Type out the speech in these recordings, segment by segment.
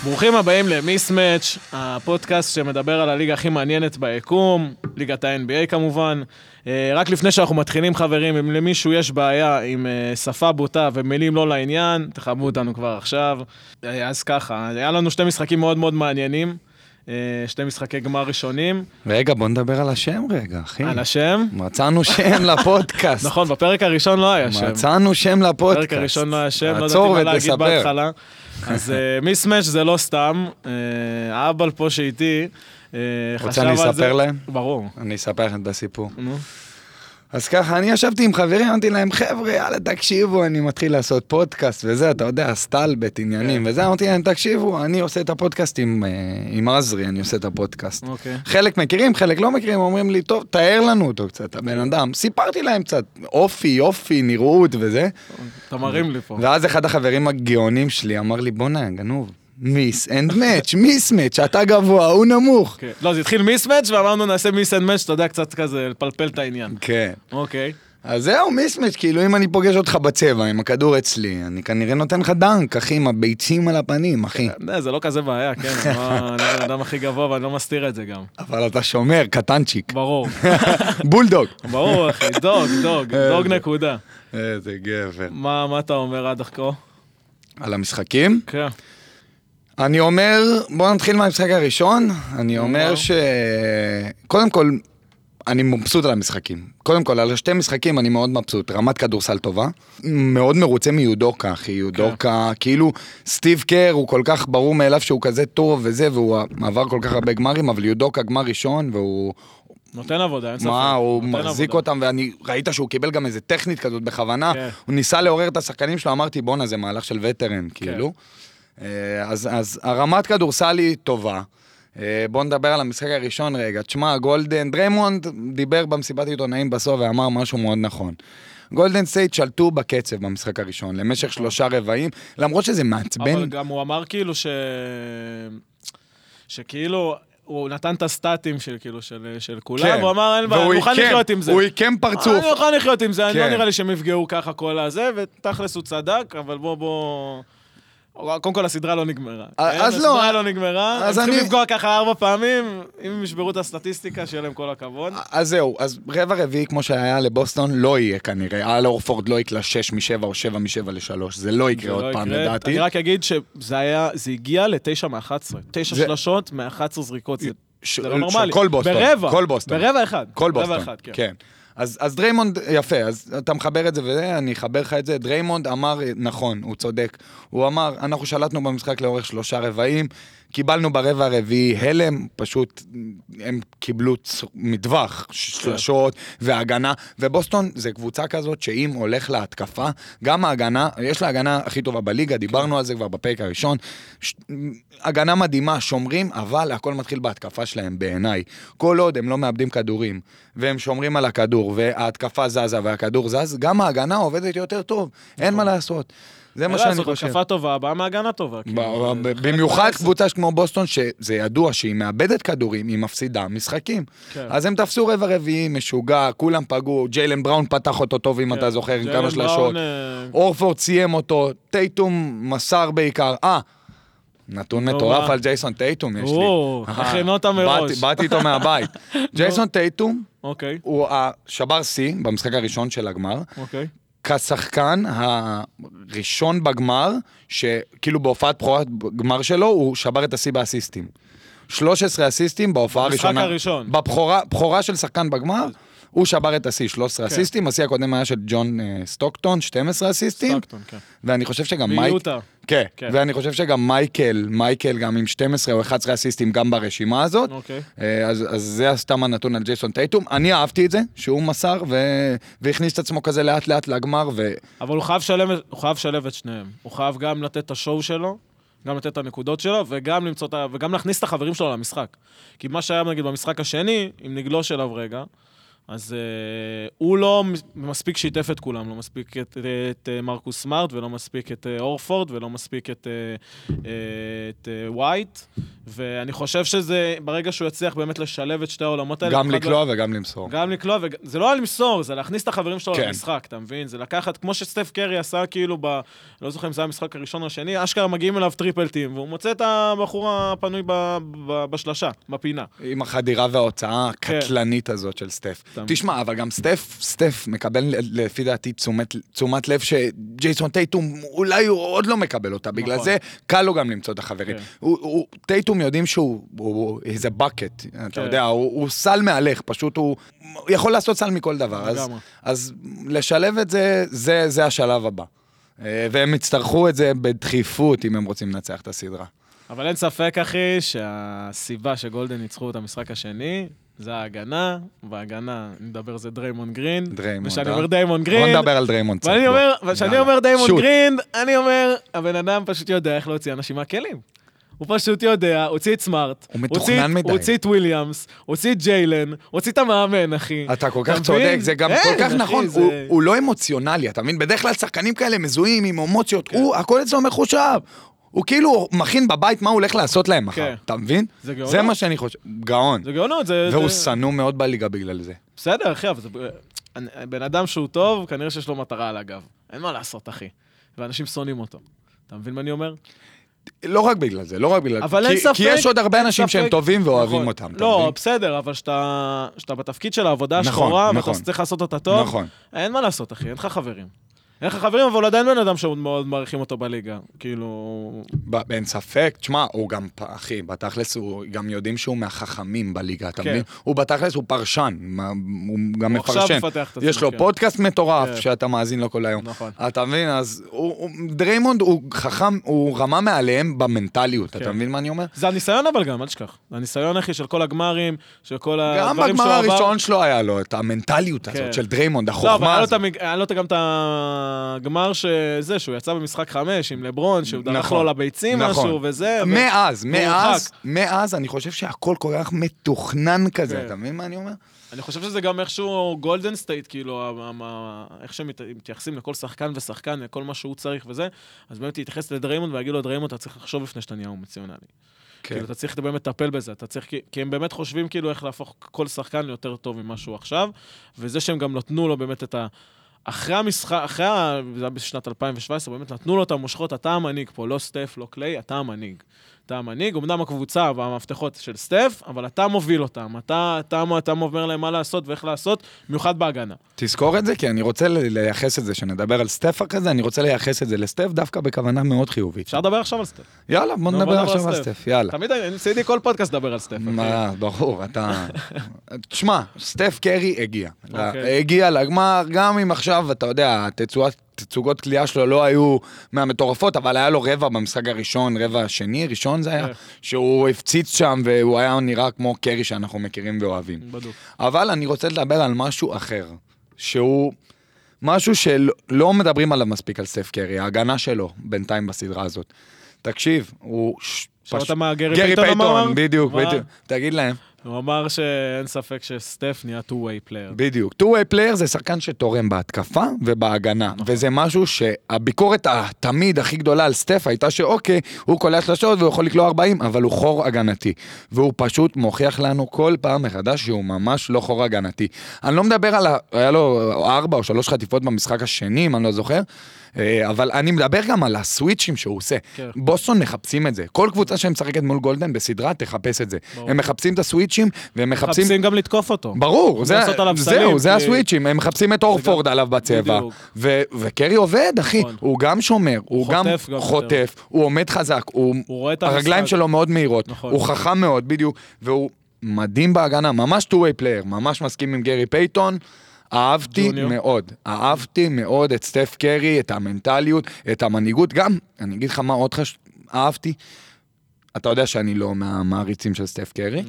ברוכים הבאים למיסמץ', הפודקאסט שמדבר על הליגה הכי מעניינת ביקום, ליגת ה-NBA כמובן. רק לפני שאנחנו מתחילים חברים, אם למישהו יש בעיה עם שפה בוטה ומילים לא לעניין, תחברו אותנו כבר עכשיו. אז ככה, היה לנו שתי משחקים מאוד מאוד מעניינים, שתי משחקי גמר ראשונים. רגע, בוא נדבר על השם רגע, אחי. על השם? מצאנו שם לפודקאסט. נכון, בפרק הראשון לא היה שם. מצאנו שם לפודקאסט. בפרק הראשון לא היה שם, לא ידעתי מה להגיד בהתחלה. אז מיסמץ' זה לא סתם, האבל פה שאיתי רוצה אני אספר להם? ברור. אני אספר לכם את הסיפור. אז ככה, אני ישבתי עם חברים, אמרתי להם, חבר'ה, יאללה, תקשיבו, אני מתחיל לעשות פודקאסט וזה, אתה יודע, סטלבט עניינים וזה, אמרתי להם, תקשיבו, אני עושה את הפודקאסט עם עזרי, אני עושה את הפודקאסט. חלק מכירים, חלק לא מכירים, אומרים לי, טוב, תאר לנו אותו קצת, הבן אדם. סיפרתי להם קצת, אופי, נראות וזה. אתה מרים לי פה. ואז אחד החברים הגאונים שלי אמר לי, בונה, גנוב. מיס אנד מאץ', מיס מאץ', אתה גבוה, הוא נמוך. לא, זה התחיל מיס מאץ' ואמרנו נעשה מיס אנד מאץ', אתה יודע, קצת כזה לפלפל את העניין. כן. אוקיי. אז זהו, מיס מאץ', כאילו אם אני פוגש אותך בצבע עם הכדור אצלי, אני כנראה נותן לך דנק, אחי, עם הביצים על הפנים, אחי. זה לא כזה בעיה, כן, אני האדם הכי גבוה ואני לא מסתיר את זה גם. אבל אתה שומר, קטנצ'יק. ברור. בולדוג. ברור, אחי, דוג נקודה. איזה גבר. מה אתה אומר עד כה? על המשחקים? כן. אני אומר, בוא נתחיל מהמשחק הראשון, אני אומר קודם כל, אני מבסוט על המשחקים. קודם כל, על שתי משחקים אני מאוד מבסוט. רמת כדורסל טובה. מאוד מרוצה מיודוקה, אחי. יודוקה, כאילו, סטיב קר הוא כל כך ברור מאליו שהוא כזה טוב וזה, והוא עבר כל כך הרבה גמרים, אבל יודוקה גמר ראשון, והוא... נותן עבודה, אין ספק. מה, הוא מחזיק אותם, ואני ראית שהוא קיבל גם איזה טכנית כזאת בכוונה. הוא ניסה לעורר את השחקנים שלו, אמרתי, בונה, זה מהלך של וטרן, כאילו. אז הרמת כדורסל היא טובה. בואו נדבר על המשחק הראשון רגע. תשמע, גולדן, דריימונד דיבר במסיבת עיתונאים בסוף ואמר משהו מאוד נכון. גולדן סטייט שלטו בקצב במשחק הראשון, למשך 3 רבעים, למרות שזה מעצבן. אבל גם הוא אמר כאילו שכאילו... הוא נתן את הסטטים של כולם, הוא אמר, אני מוכן לחיות עם זה. הוא עיקם פרצוף. אני מוכן לחיות עם זה, אני לא נראה לי שהם יפגעו ככה כל הזה, ותכלס הוא צדק, אבל בוא... קודם כל הסדרה לא נגמרה. אז לא. הסדרה לא נגמרה, הם צריכים לפגוע ככה 4 פעמים, אם הם ישברו את הסטטיסטיקה, שיהיה להם כל הכבוד. אז זהו, אז רבע רביעי, כמו שהיה לבוסטון, לא יהיה כנראה. אל אורפורד לא יקלה 6 מ-7 או 7 מ-7 ל-3. זה לא יקרה עוד פעם, לדעתי. אני רק אגיד שזה הגיע ל-9 מ-11. 9 שלשות מ-11 זריקות. זה לא נורמלי. כל בוסטון. ברבע אחד. כל בוסטון, כן. אז דריימונד, יפה, אז אתה מחבר את זה וזה, אני אחבר לך את זה, דריימונד אמר, נכון, הוא צודק, הוא אמר, אנחנו שלטנו במשחק לאורך 3 רבעים, קיבלנו ברבע הרביעי הלם, פשוט הם קיבלו מטווח, שלשות והגנה, ובוסטון זה קבוצה כזאת שאם הולך להתקפה, גם ההגנה, יש לה הגנה הכי טובה בליגה, דיברנו על זה כבר בפרק הראשון, הגנה מדהימה, שומרים, אבל הכל מתחיל בהתקפה שלהם בעיניי. כל עוד הם לא מאבדים כדורים, והם שומרים על הכדור, וההתקפה זזה והכדור זז, גם ההגנה עובדת יותר טוב, אין מה לעשות. זה מה שאני חושב. התקפה טובה, באה מהגנה טובה. במיוחד קבוצה כמו בוסטון, שזה ידוע שהיא מאבדת כדורים, היא מפסידה משחקים. אז הם תפסו רבע רביעי, משוגע, כולם פגעו, ג'יילן בראון פתח אותו טוב, אם אתה זוכר, עם כמה שלשות. אורפורד סיים אותו, טייטום מסר בעיקר. נתון מטורף על ג'ייסון טייטום יש לי. הכינו אותה מראש. באתי איתו מהבית. ג'ייסון טייטום, הוא שבר שיא במשחק הראשון של הגמר. כשחקן הראשון בגמר, שכאילו בהופעת בכורת גמר שלו, הוא שבר את השיא באסיסטים. 13 אסיסטים בהופעה הראשונה. במשחק הראשון. בכורה של שחקן בגמר, הוא שבר את השיא, 13 אסיסטים, השיא הקודם היה של ג'ון סטוקטון, 12 אסיסטים. סטוקטון, כן. ואני חושב שגם כן, ואני חושב שגם מייקל גם עם 12 או 11 אסיסטים גם ברשימה הזאת. אז זה סתם הנתון על ג'ייסון טייטום. אני אהבתי את זה, שהוא מסר והכניס את עצמו כזה לאט לאט לגמר. אבל הוא חייב שלב את שניהם. הוא חייב גם לתת את השואו שלו, גם לתת את הנקודות שלו, וגם להכניס את החברים שלו למשחק. כי מה שהיה נגיד במשחק השני, אם נגלוש אליו רגע, אז הוא לא מספיק שיתף את כולם, לא מספיק את מרקוס סמארט, ולא מספיק את אורפורד, ולא מספיק את ווייט, ואני חושב שזה, ברגע שהוא יצליח באמת לשלב את שתי העולמות האלה... גם לקלוע וגם למסור. גם לקלוע, זה לא למסור, זה להכניס את החברים שלו למשחק, אתה מבין? זה לקחת, כמו שסטף קרי עשה כאילו לא זוכר אם זה המשחק הראשון או השני, אשכרה מגיעים אליו טריפל טים, והוא מוצא את הבחור הפנוי בשלשה, בפינה. עם החדירה וההוצאה הקטלנית הזאת של סטף. תשמע, אבל גם סטף מקבל לפי דעתי תשומת לב שג'ייסון טייטום אולי הוא עוד לא מקבל אותה, בגלל זה קל לו גם למצוא את החברים. טייטום יודעים שהוא איזה bucket, אתה יודע, הוא סל מהלך, פשוט הוא יכול לעשות סל מכל דבר, אז לשלב את זה, זה השלב הבא. והם יצטרכו את זה בדחיפות אם הם רוצים לנצח את הסדרה. אבל אין ספק, אחי, שהסיבה שגולדן ניצחו את המשחק השני, זה ההגנה, וההגנה, נדבר זה דריימונד גרין. ושאני אומר דריימונד גרין... בוא נדבר על דריימונד. וכשאני אומר דריימונד גרין, אני אומר, הבן אדם פשוט יודע איך להוציא אנשים מהכלים. הוא פשוט יודע, הוציא את סמארט, הוציא את וויליאמס, הוציא את ג'יילן, הוציא את המאמן, אחי. אתה כל כך צודק, זה גם כל כך נכון, הוא לא אמוציונלי, אתה מבין? בדרך כלל שחקנים כאלה מזוהים עם אמוציות, הכל אצלו מחושב. הוא כאילו מכין בבית מה הוא הולך לעשות להם מחר, אתה מבין? זה מה שאני חושב, גאון. זה גאונות, והוא שנוא מאוד בליגה בגלל זה. בסדר, אחי, אבל בן אדם שהוא טוב, כנראה שיש לו מטרה על הגב. אין מה לעשות, אחי. ואנשים שונאים אותו. אתה מבין מה אני אומר? לא רק בגלל זה, לא רק בגלל אבל אין ספק, כי יש עוד הרבה אנשים שהם טובים ואוהבים אותם. לא, בסדר, אבל שאתה בתפקיד של העבודה השחורה, ואתה צריך לעשות אותה טוב, אין מה לעשות, אחי, אין לך חברים. אין לך חברים, אבל עדיין בן אדם שמאוד מעריכים אותו בליגה, כאילו... אין ספק, תשמע, הוא גם, אחי, בתכלס הוא גם יודעים שהוא מהחכמים בליגה, אתה מבין? הוא בתכלס, הוא פרשן, הוא גם מפרשן. יש לו פודקאסט מטורף שאתה מאזין לו כל היום. אתה מבין? אז דריימונד הוא חכם, הוא רמה מעליהם במנטליות, אתה מבין מה אני אומר? זה הניסיון אבל גם, אל תשכח. זה הניסיון, אחי, של כל הגמרים, של כל הדברים גם בגמר הראשון שלו היה לו את המנטליות הזאת של דריימונד, החוכמה הזאת. היה לו גם את הגמר שזה, שהוא יצא במשחק 5 עם לברון, שהוא דרך לו לביצים משהו וזה. מאז אני חושב שהכל כל כך מתוכנן כזה, אתה מבין מה אני אומר? אני חושב שזה גם איכשהו גולדן סטייט, כאילו, איך שהם מתייחסים לכל שחקן ושחקן, לכל מה שהוא צריך וזה, אז באמת להתייחס לדריימונד ויגיד לו, דריימונד, אתה צריך לחשוב לפני שאתה נהיה אמוציונלי. כאילו, אתה צריך באמת לטפל בזה, אתה צריך, כי הם באמת חושבים כאילו איך להפוך כל שחקן ליותר טוב ממה שהוא עכשיו, וזה שהם גם נתנו לו באמת את אחרי המשחק, זה היה בשנת 2017, באמת נתנו לו את המושכות, אתה המנהיג פה, לא סטף, לא קליי, אתה המנהיג. אתה המנהיג, אומנם הקבוצה והמפתחות של סטף, אבל אתה מוביל אותם, אתה אומר להם מה לעשות ואיך לעשות, במיוחד בהגנה. תזכור את זה, כי אני רוצה לייחס את זה, שנדבר על סטף כזה, אני רוצה לייחס את זה לסטף דווקא בכוונה מאוד חיובית. אפשר לדבר עכשיו על סטף. יאללה, בוא נדבר עכשיו על סטף, יאללה. תמיד ניסיתי כל פודקאסט לדבר על סטף. ברור, אתה... תשמע, סטף קרי הגיע לגמר, גם אם עכשיו, אתה יודע, תצוגות קליעה שלו לא היו מהמטורפות, אבל היה לו רבע במשחק הראשון, רבע השני, ראשון זה היה, שהוא הפציץ שם, והוא היה נראה כמו קרי שאנחנו מכירים ואוהבים. אבל אני רוצה לדבר על משהו אחר, שהוא משהו שלא מדברים עליו מספיק על סטף קרי, ההגנה שלו בינתיים בסדרה הזאת. תקשיב, הוא... שאתה מה, גרי פייטון, בדיוק. תגיד להם. הוא אמר שאין ספק שסטף נהיה two-way player. בדיוק. two-way player זה שחקן שתורם בהתקפה ובהגנה. וזה משהו שהביקורת התמיד הכי גדולה על סטף הייתה שאוקיי, הוא קולע שלשות והוא יכול לקלוע 40, אבל הוא חור הגנתי. והוא פשוט מוכיח לנו כל פעם מחדש שהוא ממש לא חור הגנתי. אני לא מדבר על... היה לו 4 או 3 חטיפות במשחק השני, אם אני לא זוכר. אבל אני מדבר גם על הסוויצ'ים שהוא עושה. בוסטון מחפשים את זה. כל קבוצה שהם משחקת מול גולדן בסדרה תחפש את זה. הם מחפשים את הסוויצ'ים, והם מחפשים גם לתקוף אותו. ברור, זהו, זה הסוויצ'ים. הם מחפשים את אורפורד עליו בצבע. וקרי עובד, אחי. הוא גם שומר, הוא גם חוטף, הוא עומד חזק, הרגליים שלו מאוד מהירות, הוא חכם מאוד, בדיוק, והוא מדהים בהגנה, ממש two-way player, ממש מסכים עם גרי פייטון. אהבתי מאוד את סטף קרי, את המנטליות, את המנהיגות, גם, אני אגיד לך מה עוד אהבתי, אתה יודע שאני לא מהמעריצים של סטף קרי,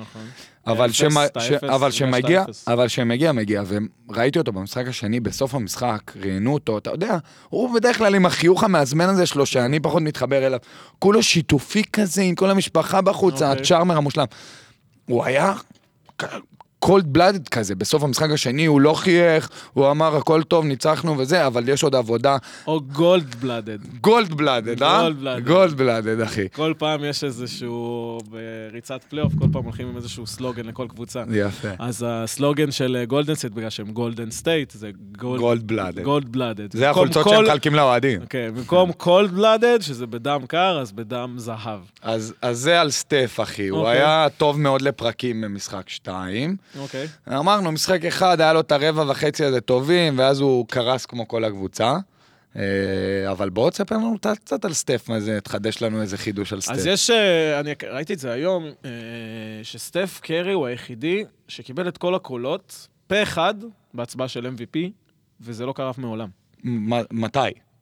אבל שמגיע, וראיתי אותו במשחק השני, בסוף המשחק, ראיינו אותו, אתה יודע, הוא בדרך כלל עם החיוך המעזמן הזה שלו, שאני פחות מתחבר אליו, כולו שיתופי כזה, עם כל המשפחה בחוץ, הצ'ארמר המושלם, הוא היה... קולד בלאדד כזה, בסוף המשחק השני הוא לא חייך, הוא אמר הכל טוב, ניצחנו וזה, אבל יש עוד עבודה. או גולד בלאדד. גולד בלאדד, אה? גולד בלאדד, אחי. כל פעם יש איזשהו, בריצת פלייאוף, כל פעם הולכים עם איזשהו סלוגן לכל קבוצה. יפה. אז הסלוגן של גולדן סטייט, בגלל שהם גולדן סטייט, זה גולד בלאדד. גולד בלאדד. זה החולצות שהם חלקים לאוהדים. כן, במקום קולד בלאדד, שזה בדם קר, אז בדם זהב. אז זה על סטף, אחי. הוא היה טוב מאוד לפרקים במשחק 2. אוקיי. אמרנו, משחק אחד, היה לו את הרבע וחצי הזה טובים, ואז הוא קרס כמו כל הקבוצה. אבל בואו תספר לנו קצת על סטף, מה זה, תחדש לנו איזה חידוש על סטף. אז יש, אני ראיתי את זה היום, שסטף קרי הוא היחידי שקיבל את כל הקולות, פה אחד, בהצבעה של MVP, וזה לא קרה אף מעולם. מתי?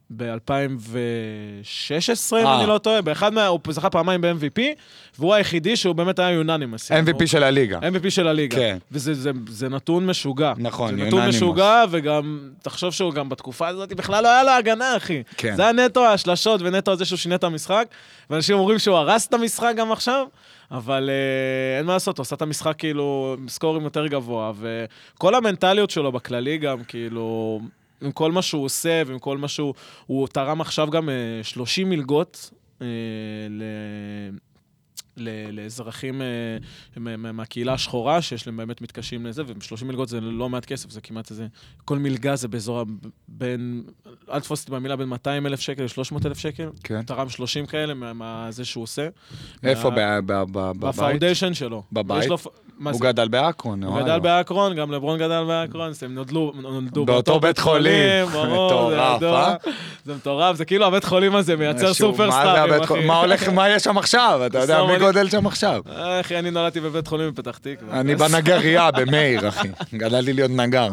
ב-2016, אם אני לא טועה, הוא זכה פעמיים ב-MVP, והוא היחידי שהוא באמת היה יוננימוס. MVP של הליגה. MVP של הליגה. כן. וזה נתון משוגע. נכון, זה יוננימוס. נתון משוגע, וגם, תחשוב שהוא גם בתקופה הזאת, בכלל לא היה לו הגנה, אחי. כן. זה היה נטו השלשות ונטו הזה שהוא שינה את המשחק, ואנשים אומרים שהוא הרס את המשחק גם עכשיו, אבל אין מה לעשות, הוא עשה את המשחק כאילו סקורים יותר גבוה, וכל המנטליות שלו בכללי גם כאילו... עם כל מה שהוא עושה, ועם כל מה הוא תרם עכשיו גם 30 מלגות לאזרחים מהקהילה השחורה, שיש להם באמת מתקשים לזה, ו-30 מלגות זה לא מעט כסף, זה כמעט איזה... כל מלגה זה באזור בין... אל תפוס אותי במילה, בין 200,000 שקל ל-300,000 שקל. כן. תרם 30 כאלה מה-זה שהוא עושה. איפה? בבית? בפאונדיישן שלו. בבית? הוא גדל באקרון. הוא גדל באקרון, גם לברון גדל באקרון, הם נולדו באותו בית חולים. מטורף, אה? זה מטורף, זה כאילו הבית חולים הזה מייצר סופרסטארים, אחי. מה יש שם עכשיו? אתה יודע, מי גודל שם עכשיו? אחי, אני נולדתי בבית חולים בפתח תקווה. אני בנגריה, במאיר, אחי. גדלתי להיות נגר.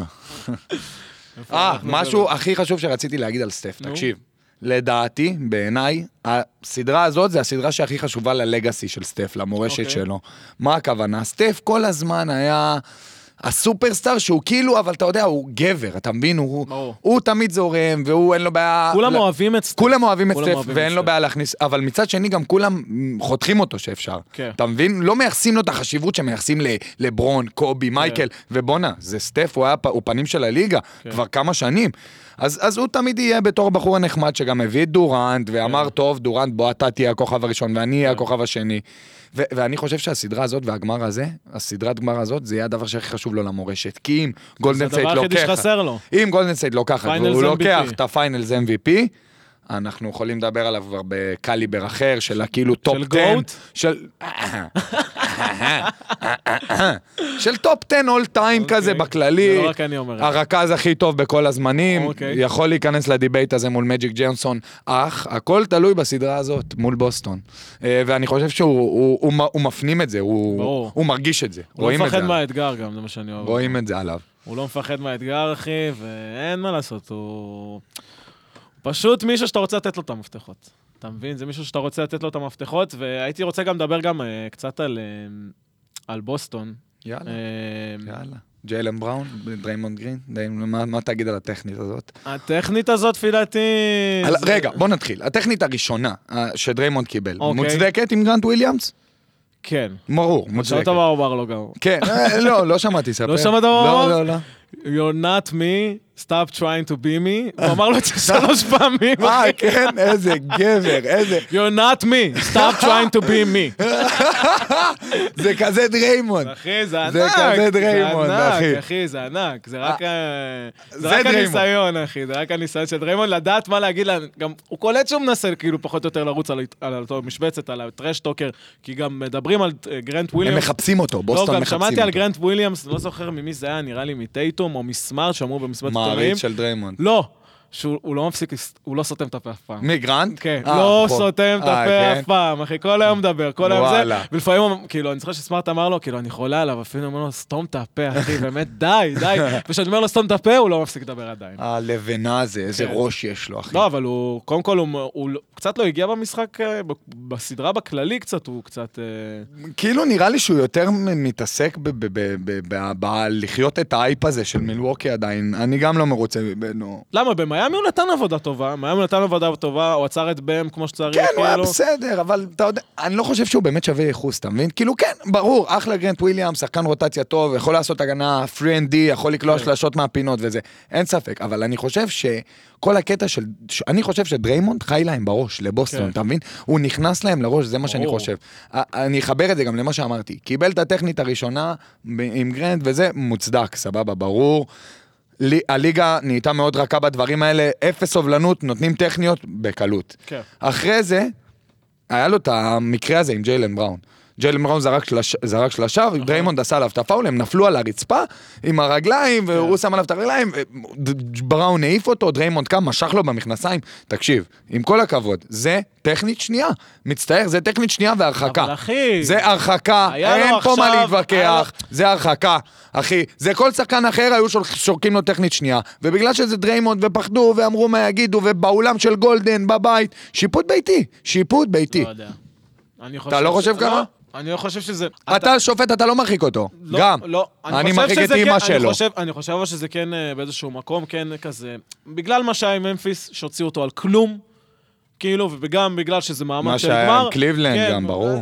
משהו הכי חשוב שרציתי להגיד על סטף, תקשיב. לדעתי, בעיניי, הסדרה הזאת זה הסדרה שהכי חשובה ללגאסי של סטף, למורשת שלו. מה הכוונה? סטף כל הזמן היה הסופרסטאר שהוא כאילו, אבל אתה יודע, הוא גבר, אתה מבין? הוא תמיד זורם, והוא אין לו בעיה... כולם אוהבים את סטף. כולם אוהבים את סטף, ואין לו בעיה להכניס... אבל מצד שני, גם כולם חותכים אותו שאפשר. אתה מבין? לא מייחסים לו את החשיבות שמייחסים לברון, קובי, מייקל, ובונה, זה סטף, הוא פנים של הליגה, כבר כמה שנים. אז הוא תמיד יהיה בתור הבחור הנחמד שגם הביא את דורנט, ואמר, טוב, דורנט, בוא אתה תהיה הכוכב הראשון, ואני אהיה הכוכב השני. ואני חושב שהסדרה הזאת והגמר הזה, הסדרת גמר הזאת, זה יהיה הדבר שהכי חשוב לו למורשת. כי אם גולדן סטייט לוקחת, והוא לוקח את הפיינלס MVP, אנחנו יכולים לדבר עליו כבר בקליבר אחר, של כאילו טופ 10, של טופ 10 all time כזה בכללי, הרכז הכי טוב בכל הזמנים, יכול להיכנס לדיבייט הזה מול מג'יק ג'ונסון, אך הכל תלוי בסדרה הזאת, מול בוסטון. ואני חושב שהוא מפנים את זה, הוא מרגיש את זה. הוא לא מפחד מהאתגר גם, זה מה שאני אוהב. רואים את זה עליו. הוא לא מפחד מהאתגר, אחי, ואין מה לעשות, הוא... פשוט מישהו שאתה רוצה לתת לו את המפתחות. אתה מבין? זה מישהו שאתה רוצה לתת לו את המפתחות, והייתי רוצה גם לדבר גם קצת על בוסטון. יאללה. ג'יילן בראון, דריימונד גרין, מה תגיד על הטכנית הזאת? הטכנית הזאת, פילאתי... רגע, בוא נתחיל. הטכנית הראשונה שדריימונד קיבל, מוצדקת עם גרנט וויליאמס? כן. ברור, מוצדקת. שמעת מה אמר לו גם. כן, לא שמעתי, ספר. לא שמעת מה אמר? לא. You're not me, stop trying to be me. הוא אמר לו את זה 3 פעמים. כן, איזה גבר, איזה... You're not me, stop trying to be me. זה כזה דריימונד. אחי, זה ענק. זה כזה דריימונד, אחי. אחי, זה ענק. זה רק הניסיון, אחי. זה רק הניסיון של דריימונד, לדעת מה להגיד לה. גם הוא קולט שהוא מנסה כאילו פחות או יותר לרוץ על אותו משבצת, על הטרשטוקר, כי גם מדברים על גרנט וויליאמס. הם מחפשים אותו, בוסטון מחפשים אותו. שמעתי על גרנט וויליאמס, לא זוכר ממי זה היה, נראה לי מטייטום או מסמארט, שאמרו במסיבת עיתונאים. מעריץ של דריימונד. לא. שהוא לא מפסיק, הוא לא סותם את הפה אף פעם. מי, גרנט? כן, לא סותם את הפה אף פעם, אחי, כל היום מדבר, כל היום זה, ולפעמים, כאילו, אני זוכר שסמארט אמר לו, כאילו, אני חולה עליו, אפילו אומר לו, סתום את הפה, אחי, באמת, די, ושאני אומר לו, סתום את הפה, הוא לא מפסיק לדבר עדיין. הלבנה הזה, איזה ראש יש לו, אחי. לא, אבל הוא, קודם כל, הוא קצת לא הגיע במשחק, בסדרה בכללי קצת, הוא קצת... כאילו, נראה לי שהוא יותר מתעסק בלחיות את האייפ הזה של מילווקי עדיין, אני גם לא מרוצה ממנו. למה? במיאמי מיאמי הוא נתן עבודה טובה, הוא עצר את בם כמו שצריך, כן, הוא היה כאילו. בסדר, אבל אתה יודע, אני לא חושב שהוא באמת שווה ייחוס, אתה מבין? כאילו כן, ברור, אחלה גרנט וויליאמס, שחקן רוטציה טוב, יכול לעשות הגנה 3&D, יכול לקלוע שלשות מהפינות וזה, אין ספק, אבל אני חושב שכל הקטע אני חושב שדריימונד חי להם בראש, לבוסטון, אתה מבין? הוא נכנס להם לראש, זה מה שאני חושב. אני אחבר את זה גם למה שאמרתי, קיבל את הטכנית הראשונה עם גרנט וזה מוצדק, סבבה, ברור. הליגה נהייתה מאוד רכה בדברים האלה, אפס סובלנות, נותנים טכניות בקלות. כן. אחרי זה, היה לו את המקרה הזה עם ג'יילן בראון. ג'יילן בראון זרק שלשה, ודריימונד עשה עליו את הפאול, הם נפלו על הרצפה עם הרגליים, והוא שם עליו את הרגליים, בראון העיף אותו, דריימונד קם, משך לו במכנסיים. תקשיב, עם כל הכבוד, זה טכנית שנייה. מצטער, זה טכנית שנייה והרחקה. אבל אחי... זה הרחקה, אין פה מה להתווכח, זה הרחקה. אחי, זה כל שחקן אחר היו שורקים לו טכנית שנייה, ובגלל שזה דריימונד ופחדו ואמרו מה יגידו, ובאולם של גולדן, בבית, שיפוט ביתי. לא יודע. אתה לא חושב ככה? אני לא חושב שזה... אתה שופט, אתה לא מרחיק אותו. גם. לא. אני מרחיק את אמא שלו. אני חושב שזה כן באיזשהו מקום, כן כזה... בגלל מה שהיה עם ממפיס, שהוציאו אותו על כלום, כאילו, וגם בגלל שזה מעמד של גמר. מה שהיה עם קליבלנד, גם ברור.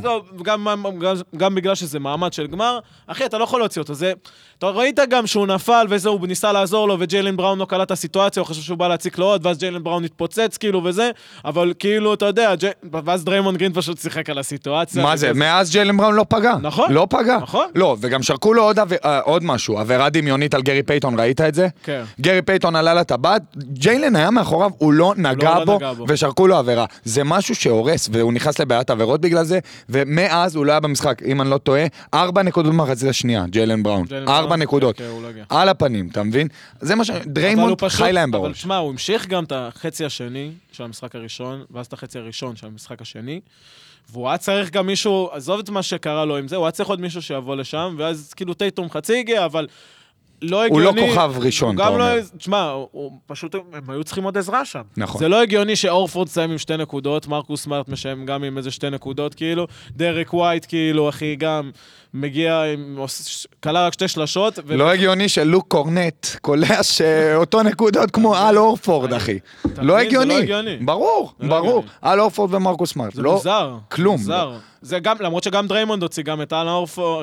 גם בגלל שזה מעמד של גמר. אחי, אתה לא יכול להוציא אותו. אתה ראית גם שהוא נפל, וזה, הוא ניסה לעזור לו, וג'יילן בראון לא קלט את הסיטואציה, הוא חושב שהוא בא להציק לו עוד, ואז ג'יילן בראון התפוצץ, כאילו, וזה, אבל כאילו, אתה יודע, ואז דריימונד גרין פשוט שיחק על הסיטואציה. מה זה? מאז ג'יילן בראון לא פגע. נכון. לא פגע. נכון. לא, וגם שרקו לו עוד משהו, עבירה דמיונית על גרי פייטון, ראית את זה? כן. גרי פייטון עלה לטבעת, ג'יילן היה מאחוריו, הוא לא נגע בו, ושרקו לו עבירה. זה משהו שהורס, והוא נכנס לבעיית עבירות בגלל זה, ומאז הוא לא היה במשחק, אם אני לא טועה, 4 נקודות במחצית השנייה, ג'יילן בראון. 4 נקודות. על הפנים, אתה מבין? זה מה דריימונד חי להם בראש. אבל תשמע, הוא המשיך גם את החצי השני של המשחק הראשון, ואז את החצי הראשון של המשחק השני, והוא היה צריך גם מישהו, עזוב את מה שקרה לו עם זה, הוא היה צריך עוד מישהו שיבוא לשם, ואז כאילו טייטום חצי הגיע, אבל לא הגיוני. הוא לא כוכב ראשון, אתה אומר. תשמע, פשוט הם היו צריכים עוד עזרה שם. נכון. זה לא הגיוני שאורפורד סיים עם 2 נקודות, מרקוס סמארט משם גם עם איזה 2 נקודות, כאילו, דרק ווייט, כאילו, אחי, גם מגיע עם... קלה רק 2 שלשות. לא הגיוני שלוק קורנט קולע שאותו נקודות כמו אל אורפורד, אחי. לא הגיוני. ברור. אל אורפורד ומרקוס סמארט. זה מוזר. כלום. זה גם, למרות שגם דריימונד הוציא, גם את אל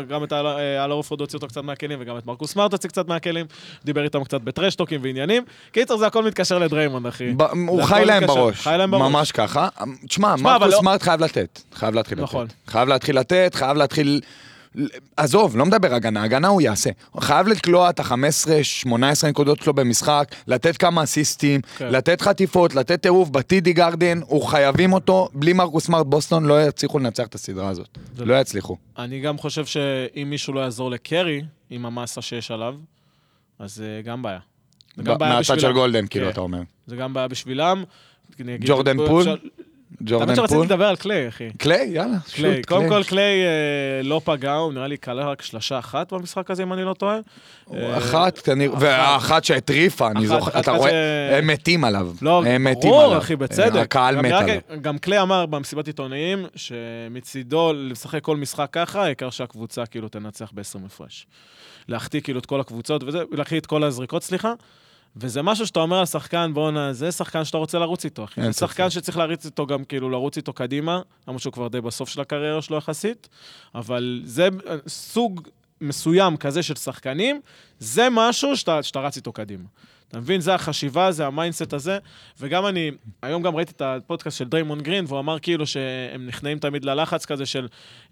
אורפורד הוציא אותו קצת מהכלים, וגם את מרקוס סמארט הוציא קצת מהכלים, דיבר איתם קצת בטרשטוקים ועניינים. קיצר, זה הכל מתקשר לדריימונד, אחי. הוא חי להם בראש. ממש ככה. תשמע, מרקוס סמארט חייב לתת. חייב להתחיל עזוב, לא מדבר הגנה הוא יעשה. חייב לקלוע את ה-15-18 נקודות שלו במשחק, לתת כמה אסיסטים, לתת חטיפות, לתת טירוף בטידי גרדן, הוא חייבים אותו, בלי מרקוס סמארט בוסטון לא יצליחו לנצח את הסדרה הזאת. לא יצליחו. אני גם חושב שאם מישהו לא יעזור לקרי, עם המסה שיש עליו, אז זה גם בעיה. מהצד של גולדן, כאילו אתה אומר. זה גם בעיה בשבילם. ג'ורדן פול? תמיד שרציתי לדבר על קליי, אחי. קליי? יאללה. קודם כל קליי לא פגע, הוא נראה לי קלה רק שלשה אחת במשחק הזה, אם אני לא טועה. ואחת שהטריפה, אני זוכר, אתה רואה, הם מתים עליו. הם מתים עליו. אחי, בצדק. הקהל מת עליו. גם קליי אמר במסיבת עיתונאים, שמצידו לשחק כל משחק ככה, העיקר שהקבוצה כאילו תנצח ב-20 הפרש. להחטיא כאילו את כל הקבוצות, ולהחטיא את כל הזריקות, סליחה. וזה משהו שאתה אומר על שחקן, בואנה, זה שחקן שאתה רוצה לרוץ איתו, אחי. זה שחקן שצריך להריץ איתו גם, כאילו, לרוץ איתו קדימה, למרות שהוא כבר די בסוף של הקריירה שלו יחסית, אבל זה סוג מסוים כזה של שחקנים, זה משהו שאתה רץ איתו קדימה. אתה מבין? זה החשיבה, זה המיינדסט הזה, וגם אני, היום גם ראיתי את הפודקאסט של דריימונד גרין, והוא אמר כאילו שהם נכנעים תמיד ללחץ כזה של,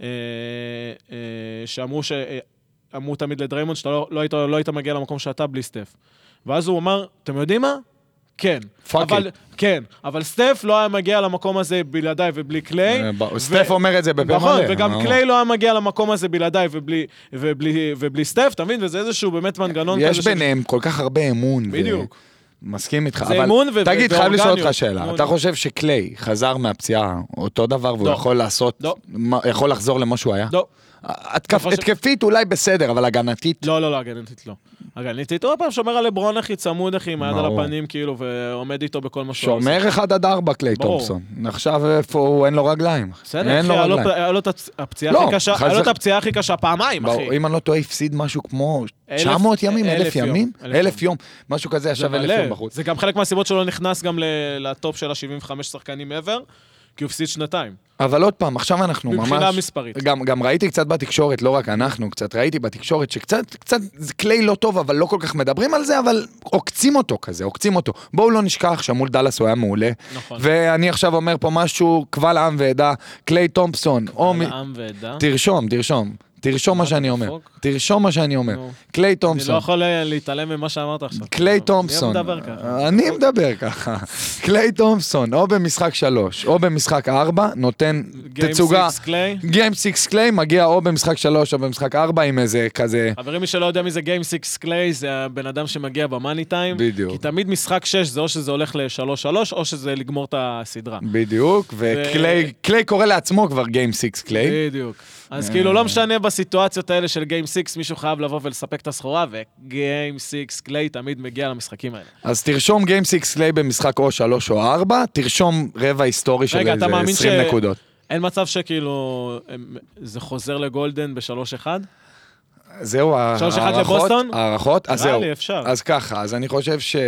שאמרו תמיד לדריימונד, שאתה לא היית מגיע למקום שאתה בלי סטף. ואז הוא אמר, אתם יודעים מה? כן. אבל סטף לא היה מגיע למקום הזה בלעדיי ובלי קליי. סטף אומר את זה בפה מלא. נכון, וגם קליי לא היה מגיע למקום הזה בלעדיי ובלי סטף, אתה מבין? וזה איזשהו באמת מנגנון כזה. יש ביניהם כל כך הרבה אמון. בדיוק. מסכים איתך. זה אמון ואורגניות. תגיד, חייב לשאול אותך שאלה. אתה חושב שקליי חזר מהפציעה אותו דבר והוא יכול לעשות, יכול לחזור למה שהוא היה? לא. התקפית אולי בסדר, אבל הגנתית... לא, הגנתית לא. הגנתית, עוד פעם שומר על לברון אחי, צמוד אחי, מעד על הפנים כאילו, ועומד איתו בכל מה שהוא עושה. שומר 1-4 קליי תומפסון. עכשיו איפה הוא, אין לו רגליים. בסדר, אחי, היה לו את הפציעה הכי קשה פעמיים, אחי. אם אני לא טועה, הפסיד משהו כמו 900 ימים, 1,000 ימים? 1,000 יום, משהו כזה, עכשיו 1,000 יום בחוץ. זה גם חלק מהסיבות שלו נכנס גם לטופ של ה-75 שחקנים ever, כי הוא הפסיד 2. אבל עוד פעם, עכשיו אנחנו ממש... מבחינה מספרית. גם ראיתי קצת בתקשורת, לא רק אנחנו, קצת ראיתי בתקשורת, שקצת, זה קליי לא טוב, אבל לא כל כך מדברים על זה, אבל עוקצים אותו כזה, עוקצים אותו. בואו לא נשכח שמול דלס הוא היה מעולה. נכון. ואני עכשיו אומר פה משהו, קבל עם ועדה, קליי תומפסון. קבל עם ועדה? תרשום מה שאני אומר. תרשום מה שאני אומר. קליי תומפסון. אני לא יכול להתעלם ממה שאמרת עכשיו. קליי תומפסון. אני מדבר ככה. קליי תומפסון, או במשחק 3, או במשחק 4, נותן תצוגה. גיים 6 קליי, מגיע או במשחק 3, או במשחק 4, עם איזה כזה... חברים, מי שלא יודע מי זה גיים 6 קליי, זה הבן אדם שמגיע במאני טיים. בדיוק. כי תמיד משחק 6 זה או שזה הולך ל-3-3, או שזה לגמור את הסדרה. בדיוק, וקליי קורא לעצמו כבר גיים 6 קליי. בדיוק. אז כאילו לא משנה בסיטואציות האלה של גיים 6, מישהו חייב לבוא ולספק את הסחורה, וגיים 6 קליי תמיד מגיע למשחקים האלה. אז תרשום גיים 6 קליי במשחק או 3 או 4, תרשום רבע היסטורי של איזה 20 נקודות. אין מצב שכאילו זה חוזר לגולדן ב-3-1? זהו, 3-1 לבוסטון? הערכות, אז זהו. אפשר. אז ככה, אז אני חושב ש...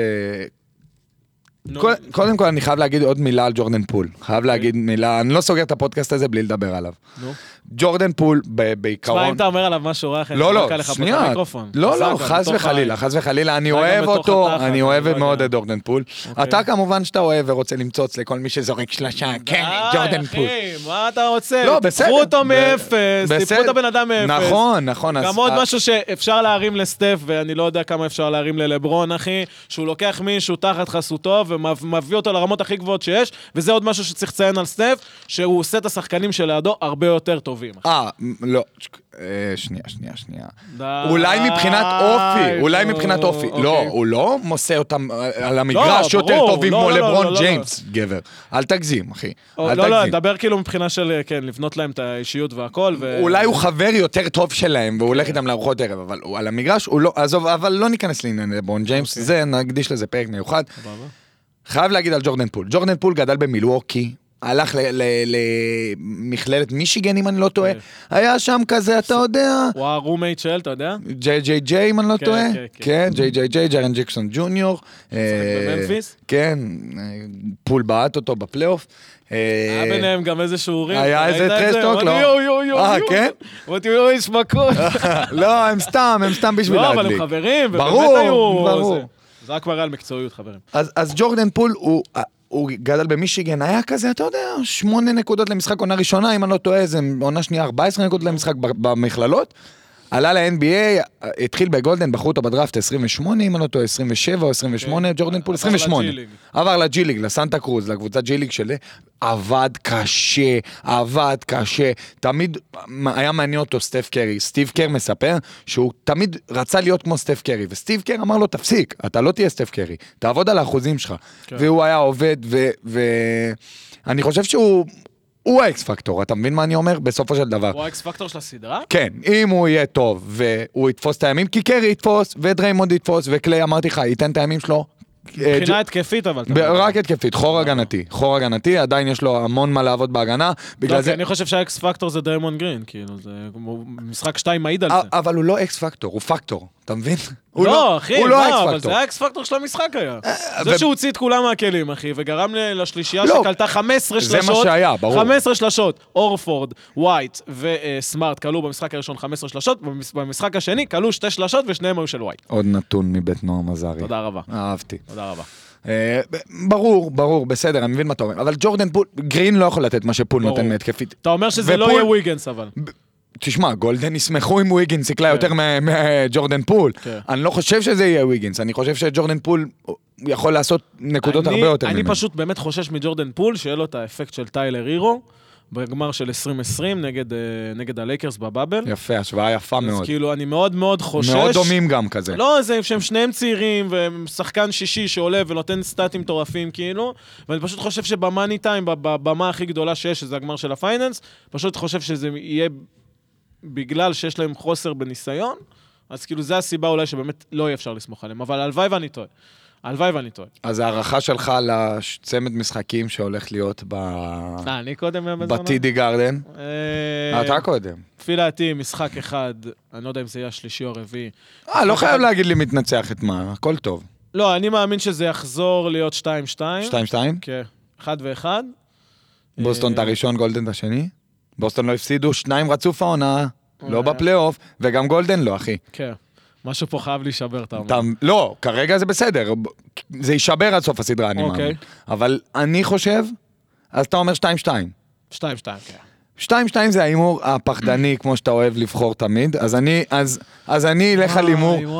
קודם כל אני חייב להגיד עוד מילה על ג'ורדן פול. חייב להגיד מילה, אני לא סוגר את הפודקאסט הזה בלי לדבר עליו. ג'ורדן פול בעיקרון... תשמע, אם אתה אומר עליו משהו רע, לא, שנייה. לא, חס וחלילה, אני אוהב אותו, אני אוהב מאוד את ג'ורדן פול. אתה כמובן שאתה אוהב ורוצה למצוץ לכל מי שזורק שלשה, כן, ג'ורדן פול. אחי, מה אתה רוצה? לא, בסדר. תפחו אותו מאפס, תפחו את הבן אדם מאפס. נכון. גם עוד משהו שאפשר להרים לסטף, ואני לא יודע כמה אפשר להרים ללברון, אחי, שהוא לוקח מישהו תחת חסותו, ומביא אותו לרמות הכי גבוהות שיש, וזה עוד משהו שצריך לציין על סטף, שהוא עושה את השחקנים שלידו הרבה יותר טובים. לא, שנייה. אולי מבחינת אופי, לא, הוא לא מוסה אותם על המגרש יותר טובים כמו לברון ג'יימס, גבר. אל תגזים, אחי. לא, דבר כאילו מבחינה של, כן, לבנות להם את האישיות והכל. אולי הוא חבר יותר טוב שלהם, והוא הולך איתם לארוחות ערב, אבל על המגרש הוא לא, עזוב, אבל לא ניכנס לעניין לברון ג'יימס, זה נקדיש לזה פרק מיוחד. חייב להגיד על ג'ורדן פול. ג'ורדן פול גדל במילווקי, הלך למכללת מישיגן, אם אני לא טועה. היה שם כזה, אתה יודע... הוא הרומייט של, אתה יודע? ג'יי, אם אני לא טועה. כן, ג'יי, ג'רן ג'קסון ג'וניור. בממפיס? כן, פול בעט אותו בפלייאוף. היה ביניהם גם איזה שיעורים. היה איזה טרסטוק, לא? כן? what you is מכות. לא, הם סתם בשביל להדליק. לא, אבל הם חברים, ברור. זה רק מראה על מקצועיות, חברים. אז ג'ורדן פול הוא גדל במישיגן, היה כזה, אתה יודע, 8 נקודות למשחק עונה ראשונה, אם אני לא טועה, זה עונה שנייה 14 נקודות למשחק במכללות. עלה ל-NBA, התחיל בגולדן, בחרו אותו בדראפט 28, אם אני לא טועה, 27 או 28, ג'ורדן פול 28. עבר לג'י ליג, לסנטה קרוז, לקבוצת ג'י ליג שלי, עבד קשה, תמיד היה מעניין אותו סטף קרי. סטיב קר מספר שהוא תמיד רצה להיות כמו סטף קרי, וסטיב קר אמר לו, תפסיק, אתה לא תהיה סטף קרי, תעבוד על האחוזים שלך. והוא היה עובד, ואני חושב הוא האקס פקטור, אתה מבין מה אני אומר? בסופו של דבר. הוא האקס פקטור של הסדרה? כן, אם הוא יהיה טוב, והוא יתפוס את הימים, כי קרי יתפוס, ודריימונד יתפוס, וקליי, אמרתי לך, ייתן את הימים שלו. מבחינה התקפית, אבל... רק התקפית, חור הגנתי, עדיין יש לו המון מה לעבוד בהגנה, בגלל זה... אני חושב שהאקס פקטור זה דריימונד גרין, כאילו, זה משחק 2 מעיד על זה. אבל הוא לא אקס פקטור, הוא פקטור, אתה מבין? לא, אחי, לא, אבל זה האקס פקטור של המשחק היה. זה שהוא הוציא את כולם מהכלים, אחי, וגרם לשלישייה שקלטה 15 שלשות. זה מה שהיה, ברור. 15 שלשות, אורפורד, ווייט וסמארט קלו במשחק הראשון 15 שלשות, במשחק השני קלו 2 שלשות ושניהם היו של ווייט. עוד נתון מבית נועם עזרי. תודה רבה. אהבתי. תודה רבה. ברור, בסדר, אני מבין מה אתה אומר. אבל ג'ורדן פול, גרין לא יכול לתת מה שפול נותן מהתקפית. אתה אומר שזה לא יהיה וויגנס, אבל. תשמע, גולדן ישמחו אם וויגינס יקלה יותר מג'ורדן פול. אני לא חושב שזה יהיה וויגינס, אני חושב שג'ורדן פול יכול לעשות נקודות הרבה יותר ממנו. אני פשוט באמת חושש מג'ורדן פול, שיהיה לו את האפקט של טיילר הירו, בגמר של 2020 נגד הלייקרס בבאבל. יפה, השוואה יפה מאוד. אז כאילו, אני מאוד מאוד חושש. מאוד דומים גם כזה. לא, זה שהם שניהם צעירים, ושחקן שישי שעולה ונותן סטטים טורפים, כאילו, ואני פשוט חושב שבמאני טיים, בבמה הכי גדולה שיש, שזה הגמר של הפייננס, פשוט חושב שזה יהיה בגלל שיש להם חוסר בניסיון, אז כאילו זה הסיבה אולי שבאמת לא יהיה אפשר לסמוך עליהם, אבל הלוואי ואני טועה. הלוואי ואני טועה. אז הערכה שלך לצמד משחקים שהולך להיות אני קודם בטידי גרדן? אתה קודם. לפי דעתי, משחק אחד, אני לא יודע אם זה יהיה השלישי או הרביעי. לא חייב להגיד לי מתנצח את מה, הכל טוב. לא, אני מאמין שזה יחזור להיות 2-2. 2-2? כן, 1-1. בוסטון את הראשון, גולדן את השני? בוסטון לא הפסידו, 2 רצוף העונה, לא בפלייאוף, וגם גולדן לא, אחי. כן. משהו פה חייב להישבר, אתה אומר. לא, כרגע זה בסדר. זה יישבר עד סוף הסדרה, אני מאמין. אבל אני חושב, אז אתה אומר 2-2. 2-2, כן. 2-2 זה האימור הפחדני, כמו שאתה אוהב לבחור תמיד, אז אני אלך על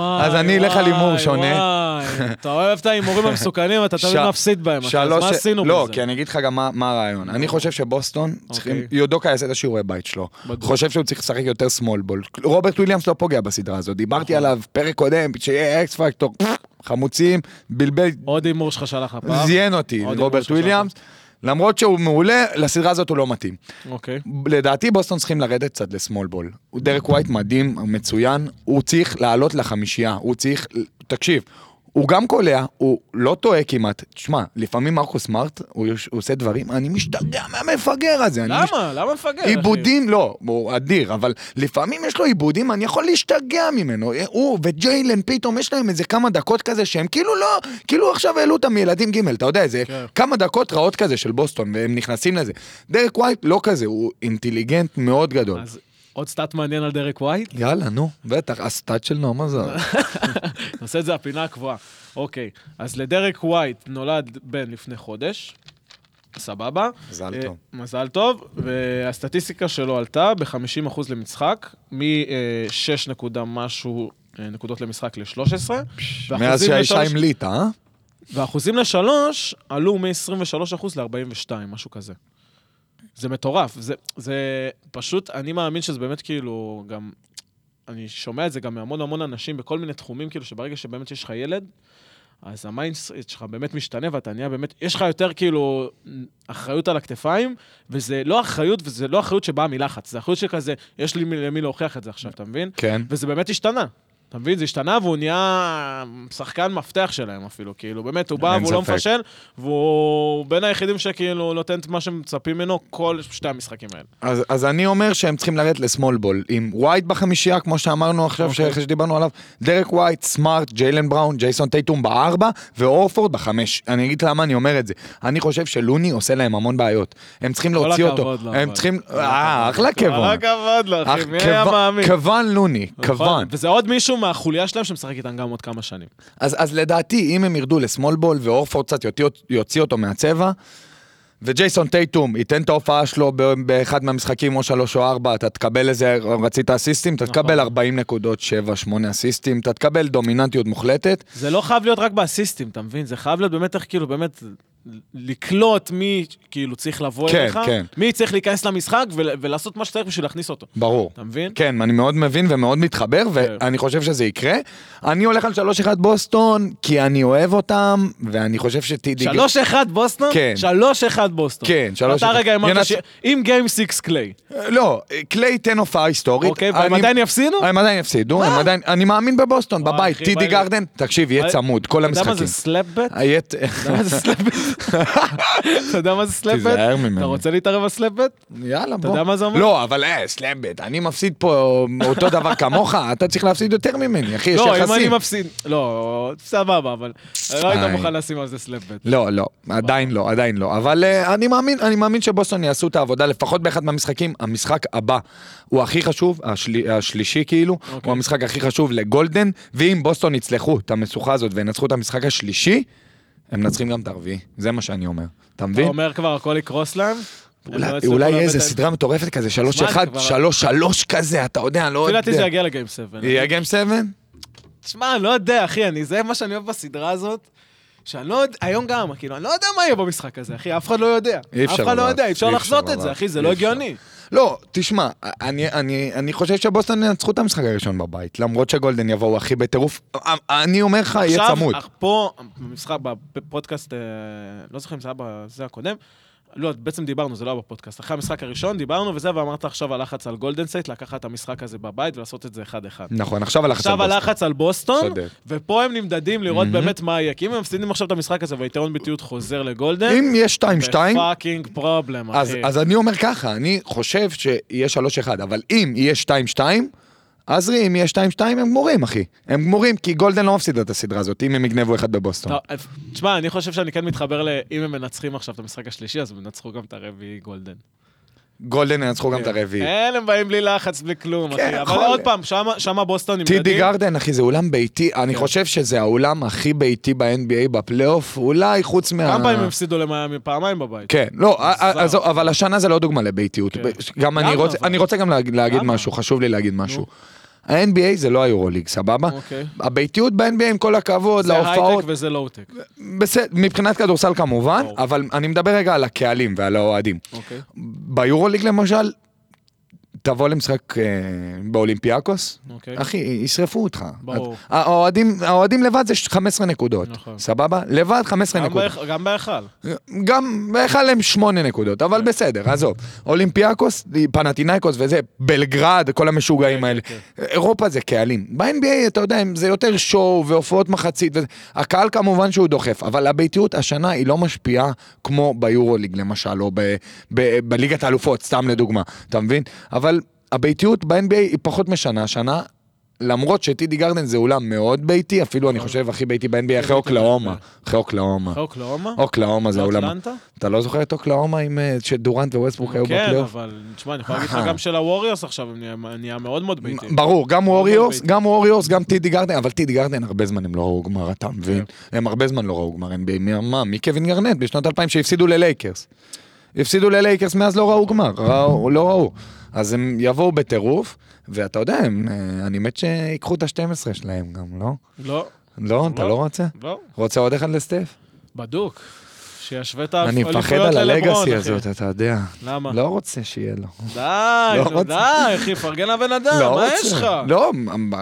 אימור שונה. אתה אוהב את האימורים המסוכנים, אתה תמיד מפסיד בהם. אז מה עשינו בזה? לא, כי אני אגיד לך גם מה הרעיון. אני חושב שבוסטון, יודוקה יעשה את השיעורי בית שלו. חושב שהוא צריך לשחק יותר סמול בול. רוברט וויליאמס לא פוגע בסדרה הזאת. דיברתי עליו פרק קודם, שיהיה אקס פקטור, חמוצים, בלבל. עוד אימור שלך שלח הפעם. זיין אותי, רוברט וויליאמס. למרות שהוא מעולה, לסדרה הזאת הוא לא מתאים. אוקיי. לדעתי בוסטון צריכים לרדת קצת לסמול בול. דרק ווייט מדהים, מצוין, הוא צריך לעלות לחמישייה, הוא צריך, תקשיב, הוא גם קולע, הוא לא טועה כמעט. תשמע, לפעמים מרקוס סמארט, הוא עושה דברים, אני משתגע מהמפגר הזה. למה? למה מפגר? עיבודים, לא, הוא אדיר, אבל לפעמים יש לו עיבודים, אני יכול להשתגע ממנו. הוא וג'יילן פתאום יש להם איזה כמה דקות כזה שהם כאילו לא, כאילו עכשיו העלו אותם מילדים ג' אתה יודע, זה כמה דקות רעות כזה של בוסטון, והם נכנסים לזה. דרק ווייט לא כזה, הוא אינטליגנט מאוד גדול. עוד סטאט מעניין על דרק ווייט? יאללה, נו, בטח, הסטאט של נועם הזו. נעשה את זה הפינה הקבועה. אוקיי, אז לדרק ווייט נולד בן לפני חודש, סבבה. מזל טוב. מזל טוב, והסטטיסטיקה שלו עלתה ב-50% למשחק, מ-6 משהו נקודות למשחק ל-13. מאז שהאישה המליטה, אה? והאחוזים ל-3 עלו מ-23% ל-42, משהו כזה. זה מטורף, זה פשוט, אני מאמין שזה באמת כאילו, גם, אני שומע את זה גם מהמון המון אנשים בכל מיני תחומים, כאילו שברגע שבאמת יש לך ילד, אז המיינדסט שלך באמת משתנה, ואתה נהיה באמת, יש לך יותר כאילו אחריות על הכתפיים, וזה לא אחריות, וזה לא אחריות שבאה מלחץ, זה אחריות שכזה, יש לי למי להוכיח את זה עכשיו, אתה מבין? כן. וזה באמת השתנה. אתה מבין? זה השתנה, והוא נהיה שחקן מפתח שלהם אפילו, כאילו, באמת, הוא בא והוא לא מפשל, והוא בין היחידים שכאילו נותן את מה שמצפים ממנו כל שתי המשחקים האלה. אז אני אומר שהם צריכים לרדת לסמול בול, עם ווייט בחמישייה, כמו שאמרנו עכשיו, שדיברנו עליו, דרק ווייט, סמארט, ג'יילן בראון, ג'ייסון טייטום ב4, ואורפורד ב5. אני אגיד למה אני אומר את זה. אני חושב שלוני עושה להם המון בעיות. הם צריכים להוציא אותו. הם צריכים, אחלה כבון. כבון לוני, כבון. וזה עוד מישהו מהחוליה שלהם שמשחק איתן גם עוד כמה שנים. אז לדעתי, אם הם ירדו לסמול בול, ואורפורד קצת יוציא אותו מהצבע, וג'ייסון טייטום ייתן את ההופעה שלו באחד מהמשחקים, או 3 או 4, אתה תקבל איזה, רצית אסיסטים, אתה תקבל 40 נקודות, 7-8 אסיסטים, אתה תקבל דומיננטיות מוחלטת. זה לא חייב להיות רק באסיסטים, אתה מבין? זה חייב להיות באמת איך כאילו, באמת לקלוט מי כאילו צריך לבוא אליך, מי צריך להיכנס למשחק ולעשות מה שצריך בשביל להכניס אותו. ברור. אתה מבין? כן, אני מאוד מבין ומאוד מתחבר, ואני חושב שזה יקרה. אני הולך על 3-1 בוסטון, כי אני אוהב אותם, ואני חושב שתידי... 3-1 בוסטון? כן. 3-1 בוסטון. כן, 3-1. אתה רגע אמרת עם גיים 6 קליי. לא, קליי תן הופעה היסטורית. אוקיי, והם עדיין יפסידו? הם עדיין יפסידו, אני מאמין בבוסטון, בבית, טידי גרדן, תקשיב, יהיה צמוד, כל המשחקים. אתה יודע מה זה סלאפבט? אתה יודע מה זה סלאפבט? אתה רוצה להתערב על סלאפבט? יאללה, בוא. אתה יודע מה זה אומר? לא, אבל סלאפבט, אני מפסיד פה אותו דבר כמוך, אתה צריך להפסיד יותר ממני, אחי, יש יחסים. לא, אם אני מפסיד, לא, סבבה, אבל לא היית מוכן לשים על זה סלאפבט. לא, עדיין לא, אבל אני מאמין שבוסטון יעשו את העבודה, לפחות באחד מהמשחקים, המשחק הבא הוא הכי חשוב, השלישי כאילו, הוא המשחק הכי חשוב לגולדן, ואם בוסטון יצלחו את המשוכה הזאת וינצחו את המשחק השלישי, הם נצחים גם את הרביעי, זה מה שאני אומר. אתה מבין? אתה אומר כבר הכל יקרוס להם? אולי יהיה איזה סדרה מטורפת כזה, 3-1, 3-3 כזה, אתה יודע, לא יודע. תפילתי זה יגיע לגיים 7. יהיה גיים 7? תשמע, אני לא יודע, אחי, זה מה שאני אוהב בסדרה הזאת, שאני לא יודע, היום גם, כאילו, אני לא יודע מה יהיה במשחק הזה, אחי, אף אחד לא יודע. אף אחד לא יודע, אפשר לחזות את זה, אחי, זה לא הגיוני. לא, תשמע, אני חושב שבוסטון ינצחו את המשחק הראשון בבית, למרות שגולדן יבואו הכי בטירוף, אני אומר לך, יהיה צמוד. עכשיו, פה, במשחק, בפודקאסט, לא זוכר אם זה היה בזה הקודם, לא, בעצם דיברנו, זה לא היה בפודקאסט. אחרי המשחק הראשון דיברנו וזה, ואמרת עכשיו הלחץ על גולדן סטייט, לקחת את המשחק הזה בבית ולעשות את זה 1-1. נכון, עכשיו הלחץ על עכשיו בוסטון. הלחץ על בוסטון, צודק. ופה הם נמדדים לראות באמת מה יהיה. כי אם הם מפסידים עכשיו את המשחק הזה, והיתרון ביתיות חוזר לגולדן, אם יש 2-2, פאקינג פרובלם, אחי. אז אני אומר ככה, אני חושב שיהיה 3-1, אבל אם יהיה 2-2, אז אם יהיה 2-2 הם גמורים, אחי. הם גמורים, כי גולדן לא מפסיד את הסדרה הזאת, אם הם יגנבו אחד בבוסטון. תשמע, אני חושב שאני כן מתחבר אם הם מנצחים עכשיו את המשחק השלישי, אז הם ינצחו גם את הרביעי גולדן. גולדן ינצחו גם את הרביעי. אין, הם באים בלי לחץ, בלי כלום, אחי. אבל עוד פעם, שמה בוסטון נמדדים. TD גרדן, אחי, זה אולם ביתי, אני חושב שזה האולם הכי ביתי ב-NBA בפלייאוף, אולי חוץ מה... כמה פעמים הם הפסידו למיאמי, פעמיים בבית. כן, לא, אבל השנה זה לא דוגמה לביתיות. גם אני רוצה גם להגיד משהו, חשוב לי להגיד משהו. ה-NBA זה לא היורוליג, סבבה? הביתיות ב-NBA עם כל הכבוד, להופעות... זה הייטק וזה לואו-טק. בסדר, מבחינת כדורסל כמובן, אבל אני מדבר רגע על הקהלים ועל האוהדים. ביורוליג למשל, תבוא למשחק באולימפיאקוס, אחי, ישרפו אותך. ברור. האוהדים לבד זה 15 נקודות, סבבה? לבד 15 נקודות. גם בהיכל. גם בהיכל הם 8 נקודות, אבל בסדר, עזוב. אולימפיאקוס, פנטינאיקוס וזה, בלגרד, כל המשוגעים האלה. אירופה זה קהלים. ב-NBA, אתה יודע, זה יותר שואו והופעות מחצית, הקהל כמובן שהוא דוחף, אבל הביתיות השנה היא לא משפיעה כמו ביורוליג למשל, או בליגת האלופות, סתם לדוגמה, אתה מבין? אבל הביתיות ב-NBA היא פחות משנה, השנה, למרות שטידי גרדן זה אולם מאוד ביתי, אפילו אני חושב הכי ביתי ב-NBA אחרי אוקלאומה. אחרי אוקלאומה. אחרי אוקלאומה? אוקלאומה זה אולם. אטלנטה? אתה לא זוכר את אוקלאומה שדורנט וווסטברוק היו בפלייאוף? כן, אבל תשמע, אני יכול להגיד לך גם של הווריורס עכשיו, הם נהיה מאוד מאוד ביתי. ברור, גם ווריורס, גם טידי גרדן, אבל טידי גרדן הרבה זמן הם לא ראו גמר, אתה מבין? הם הרבה זמן לא ראו גמר NBA. מה? מקווין גרנט בשנות 2000 שהפסידו ללייקרס. הפסידו ללייקרס, מאז לא ראו גמר, לא ראו. אז הם יבואו בטירוף, ואתה יודע, אני מת שיקחו את ה-12 שלהם גם, לא? לא. לא? אתה לא רוצה? לא. רוצה עוד אחד לסטף? בדוק. שישווה את אני מפחד על הלגאסי הזאת, אתה יודע. למה? לא רוצה שיהיה לו. די, אחי, פרגן לבן אדם, מה יש לך? לא,